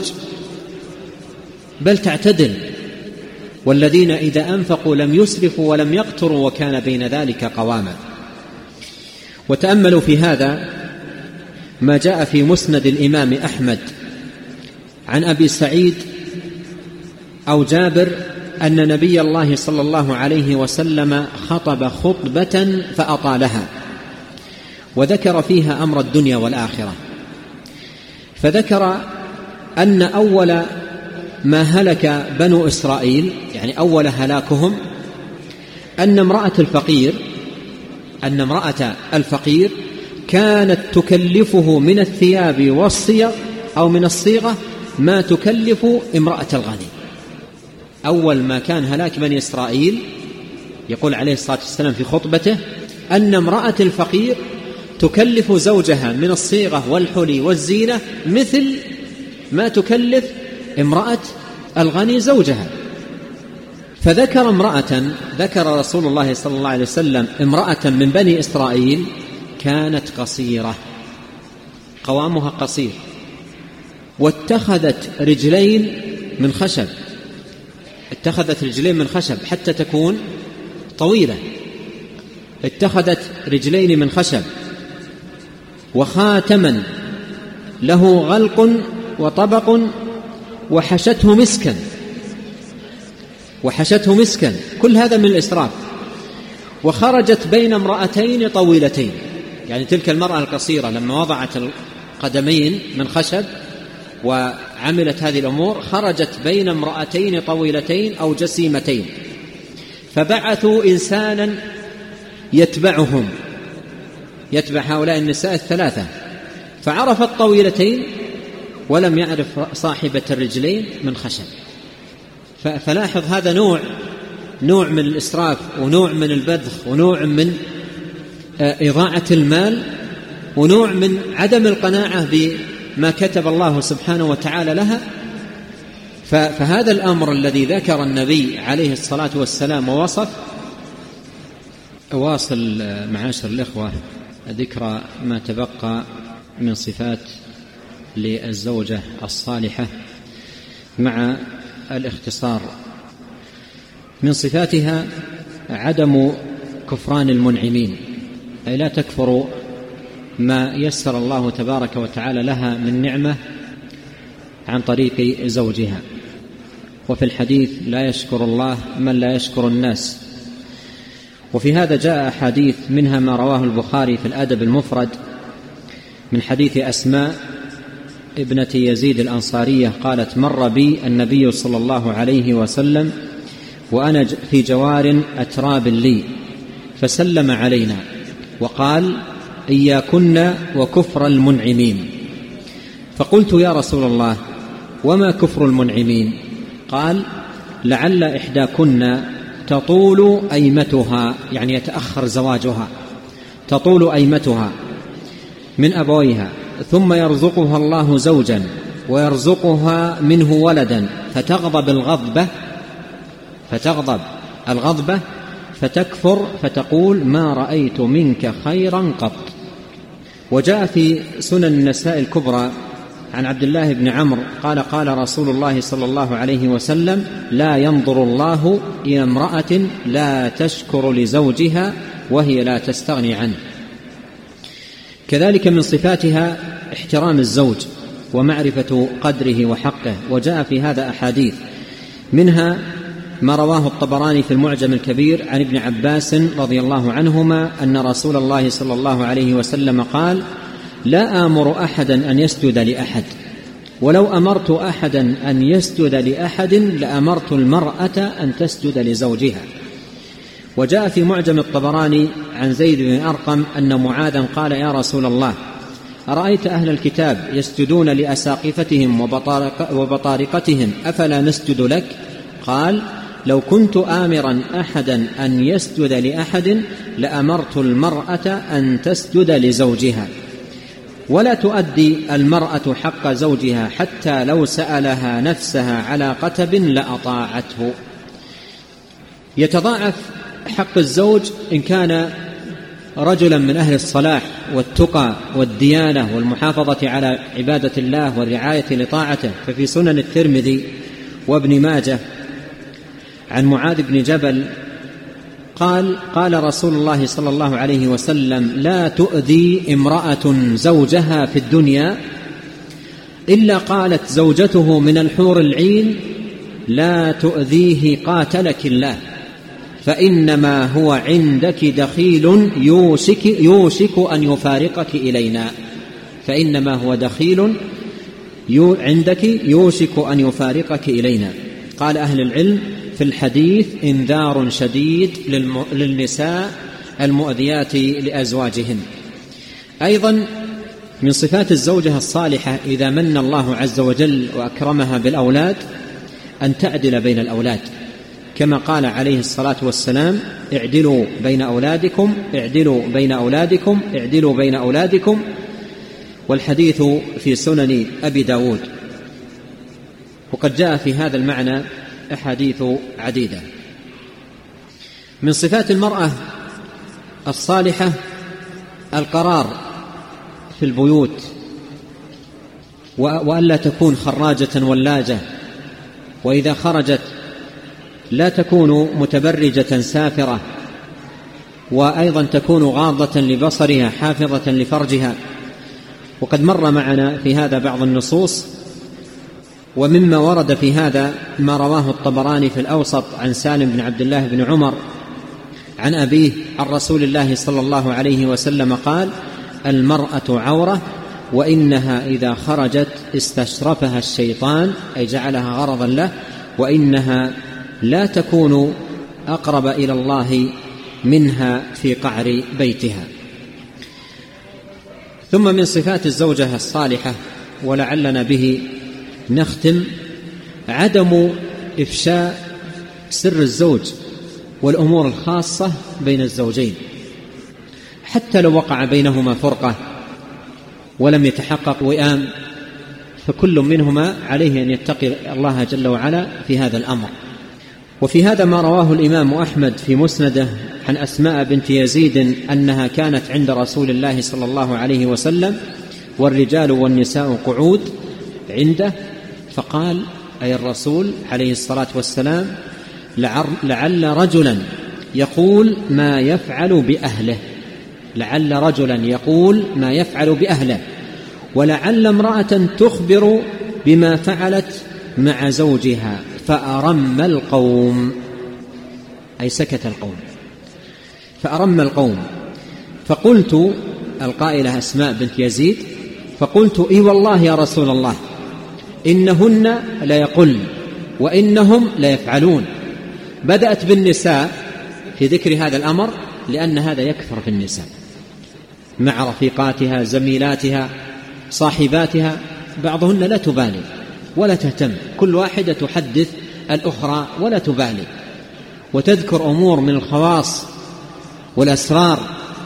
بل تعتدل. والذين إذا أنفقوا لم يسرفوا ولم يقتروا وكان بين ذلك قواما. وتأملوا في هذا ما جاء في مسند الإمام أحمد عن أبي سعيد أو جابر أن نبي الله صلى الله عليه وسلم خطب خطبة فأطالها وذكر فيها أمر الدنيا والآخرة، فذكر أن أول ما هلك بنو إسرائيل، يعني أول هلاكهم، أن امرأة الفقير أن امرأة الفقير كانت تكلفه من الثياب والصيغ أو من الصيغة ما تكلف امرأة الغني. أول ما كان هلاك بني إسرائيل يقول عليه الصلاة والسلام في خطبته أن امرأة الفقير تكلف زوجها من الصيغة والحلي والزينة مثل ما تكلف امرأة الغني زوجها. فذكر امرأة ذكر رسول الله صلى الله عليه وسلم امرأة من بني إسرائيل كانت قصيرة، قوامها قصير، واتخذت رجلين من خشب اتخذت رجلين من خشب حتى تكون طويلة، اتخذت رجلين من خشب وخاتما له غلق وطبق وحشته مسكا وحشته مسكا كل هذا من الإسراف. وخرجت بين امرأتين طويلتين، يعني تلك المرأة القصيرة لما وضعت القدمين من خشب وعملت هذه الأمور خرجت بين امرأتين طويلتين أو جسيمتين، فبعثوا إنسانا يتبعهم يتبع هؤلاء النساء الثلاثة، فعرف الطويلتين ولم يعرف صاحبة الرجلين من خشب. فلاحظ هذا نوع نوع من الإسراف ونوع من البذخ ونوع من إضاعة المال ونوع من عدم القناعة بما كتب الله سبحانه وتعالى لها. فهذا الأمر الذي ذكر النبي عليه الصلاة والسلام ووصف. أواصل معاشر الإخوة ذكر ما تبقى من صفات للزوجة الصالحة مع الاختصار. من صفاتها عدم كفران المنعمين، أي لا تكفر ما يسر الله تبارك وتعالى لها من نعمة عن طريق زوجها. وفي الحديث لا يشكر الله من لا يشكر الناس. وفي هذا جاء أحاديث منها ما رواه البخاري في الأدب المفرد من حديث أسماء ابنة يزيد الأنصارية قالت مر بي النبي صلى الله عليه وسلم وأنا في جوار أتراب لي فسلم علينا وقال إياكن وكفر المنعمين. فقلت يا رسول الله وما كفر المنعمين؟ قال لعل إحداكن تطول أيمتها، يعني يتأخر زواجها، تطول أيمتها من أبويها ثم يرزقها الله زوجا ويرزقها منه ولدا فتغضب الغضبة فتغضب الغضبة فتكفر فتقول ما رأيت منك خيرا قط. وجاء في سنن النساء الكبرى عن عبد الله بن عمرو قال قال رسول الله صلى الله عليه وسلم لا ينظر الله إلى امرأة لا تشكر لزوجها وهي لا تستغني عنه. كذلك من صفاتها احترام الزوج ومعرفة قدره وحقه، وجاء في هذا أحاديث منها ما رواه الطبراني في المعجم الكبير عن ابن عباس رضي الله عنهما أن رسول الله صلى الله عليه وسلم قال لا آمر أحدا أن يسجد لأحد ولو أمرت أحدا أن يسجد لأحد لأمرت المرأة أن تسجد لزوجها. وجاء في معجم الطبراني عن زيد بن أرقم أن معاذا قال يا رسول الله أرأيت أهل الكتاب يسجدون لأساقفتهم وبطارقتهم أفلا نسجد لك؟ قال لو كنت آمرا أحدا أن يسجد لأحد لأمرت المرأة أن تسجد لزوجها. ولا تؤدي المرأة حق زوجها حتى لو سألها نفسها على قتب لأطاعته. يتضاعف حق الزوج إن كان رجلا من أهل الصلاح والتقى والديانة والمحافظة على عبادة الله والرعاية لطاعته. ففي سنن الترمذي وابن ماجه عن معاذ بن جبل قال قال رسول الله صلى الله عليه وسلم لا تؤذي امرأة زوجها في الدنيا إلا قالت زوجته من الحور العين لا تؤذيه قاتلك الله فإنما هو عندك دخيل يوشك, يوشك أن يفارقك إلينا فإنما هو دخيل يو عندك يوشك أن يفارقك إلينا. قال أهل العلم في الحديث إنذار شديد للنساء المؤذيات لأزواجهن. أيضا من صفات الزوجة الصالحة إذا من الله عز وجل وأكرمها بالأولاد أن تعدل بين الأولاد، كما قال عليه الصلاة والسلام: اعدلوا بين أولادكم اعدلوا بين أولادكم اعدلوا بين أولادكم، والحديث في سنن أبي داود. وقد جاء في هذا المعنى أحاديث عديدة. من صفات المرأة الصالحة القرار في البيوت، وألا تكون خراجة ولاجة، وإذا خرجت لا تكون متبرجة سافرة، وأيضا تكون غاضة لبصرها حافظة لفرجها. وقد مر معنا في هذا بعض النصوص، ومما ورد في هذا ما رواه الطبراني في الأوسط عن سالم بن عبد الله بن عمر عن أبيه عن رسول الله صلى الله عليه وسلم قال: المرأة عورة، وإنها إذا خرجت استشرفها الشيطان، أي جعلها غرضا له، وإنها لا تكون أقرب إلى الله منها في قعر بيتها. ثم من صفات الزوجة الصالحة، ولعلنا به نختم، عدم إفشاء سر الزوج والأمور الخاصة بين الزوجين، حتى لو وقع بينهما فرقة ولم يتحقق وئام، فكل منهما عليه أن يتقي الله جل وعلا في هذا الأمر. وفي هذا ما رواه الإمام أحمد في مسنده عن أسماء بنت يزيد أنها كانت عند رسول الله صلى الله عليه وسلم والرجال والنساء قعود عنده، فقال أي الرسول عليه الصلاة والسلام: لعل رجلا يقول ما يفعل بأهله لعل رجلا يقول ما يفعل بأهله ولعل امرأة تخبر بما فعلت مع زوجها فأرم القوم، أي سكت القوم، فأرم القوم. فقلت، القائلة أسماء بنت يزيد، فقلت: إي والله يا رسول الله، إنهن لا يقل وإنهم لا يفعلون. بدأت بالنساء في ذكر هذا الأمر لأن هذا يكثر في النساء مع رفيقاتها زميلاتها صاحباتها، بعضهن لا تبالي ولا تهتم، كل واحدة تحدث الأخرى ولا تبالي، وتذكر أمور من الخواص والأسرار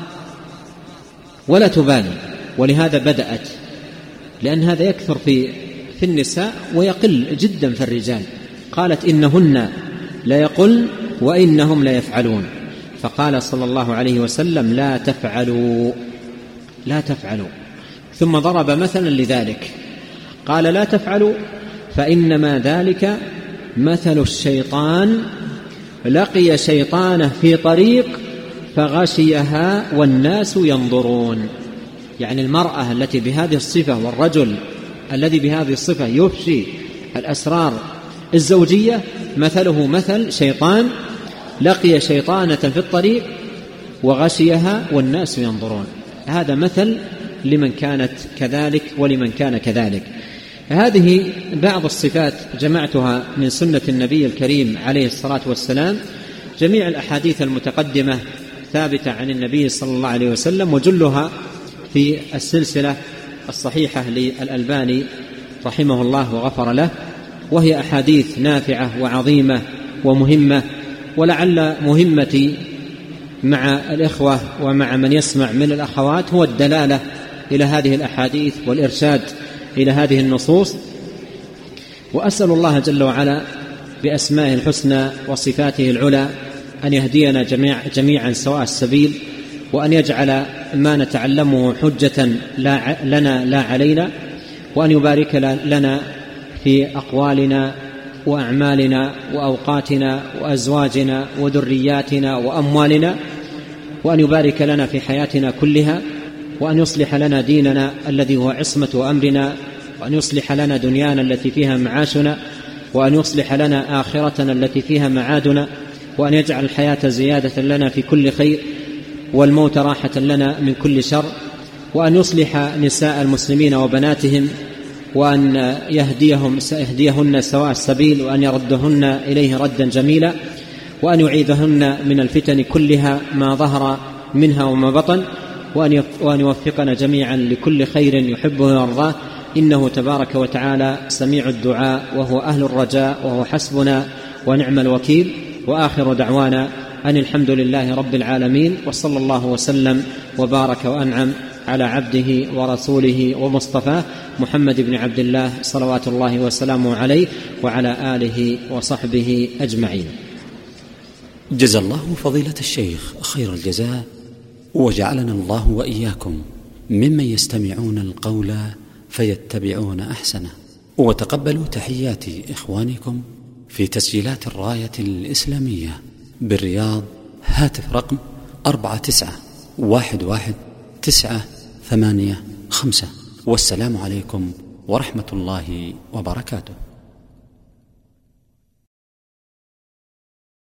ولا تبالي. ولهذا بدأت، لأن هذا يكثر في في النساء ويقل جدا في الرجال. قالت: إنهن لا يقل وإنهم لا يفعلون. فقال صلى الله عليه وسلم: لا تفعلوا لا تفعلوا. ثم ضرب مثلا لذلك، قال: لا تفعلوا فإنما ذلك مثل الشيطان لقي شيطانه في طريق فغشيها والناس ينظرون. يعني المرأة التي بهذه الصفة والرجل الذي بهذه الصفة يفشي الأسرار الزوجية مثله مثل شيطان لقي شيطانة في الطريق وغشيها والناس ينظرون. هذا مثل لمن كانت كذلك ولمن كان كذلك. هذه بعض الصفات جمعتها من سنة النبي الكريم عليه الصلاة والسلام. جميع الأحاديث المتقدمة ثابتة عن النبي صلى الله عليه وسلم، وجلها في السلسلة الصحيحة للألباني رحمه الله وغفر له، وهي أحاديث نافعة وعظيمة ومهمة. ولعل مهمتي مع الإخوة ومع من يسمع من الأخوات هو الدلالة إلى هذه الأحاديث والإرشاد إلى هذه النصوص. وأسأل الله جل وعلا بأسمائه الحسنى وصفاته العلى أن يهدينا جميع جميعا سواء السبيل، وأن يجعل ما نتعلمه حجة لا لنا لا علينا، وأن يبارك لنا في أقوالنا وأعمالنا وأوقاتنا وأزواجنا وذرياتنا وأموالنا، وأن يبارك لنا في حياتنا كلها، وأن يصلح لنا ديننا الذي هو عصمة أمرنا، وأن يصلح لنا دنيانا التي فيها معاشنا، وأن يصلح لنا آخرتنا التي فيها معادنا، وأن يجعل الحياة زيادة لنا في كل خير والموت راحة لنا من كل شر، وأن يصلح نساء المسلمين وبناتهم وأن يهديهم يهديهن سواء السبيل، وأن يردهن إليه ردا جميلا، وأن يعيذهن من الفتن كلها ما ظهر منها وما بطن، وأن يوفقنا جميعا لكل خير يحبه ويرضاه، إنه تبارك وتعالى سميع الدعاء وهو أهل الرجاء وهو حسبنا ونعم الوكيل. وآخر دعوانا أن الحمد لله رب العالمين، وصلى الله وسلم وبارك وأنعم على عبده ورسوله ومصطفاه محمد بن عبد الله صلوات الله وسلامه عليه وعلى آله وصحبه أجمعين. جزا الله فضيلة الشيخ خير الجزاء، وجعلنا الله وإياكم ممن يستمعون القول فيتبعون أحسنه. وتقبلوا تحيات إخوانكم في تسجيلات الراية الإسلامية بالرياض، هاتف رقم أربعة تسعة واحد واحد تسعة ثمانية خمسة. والسلام عليكم ورحمة الله وبركاته.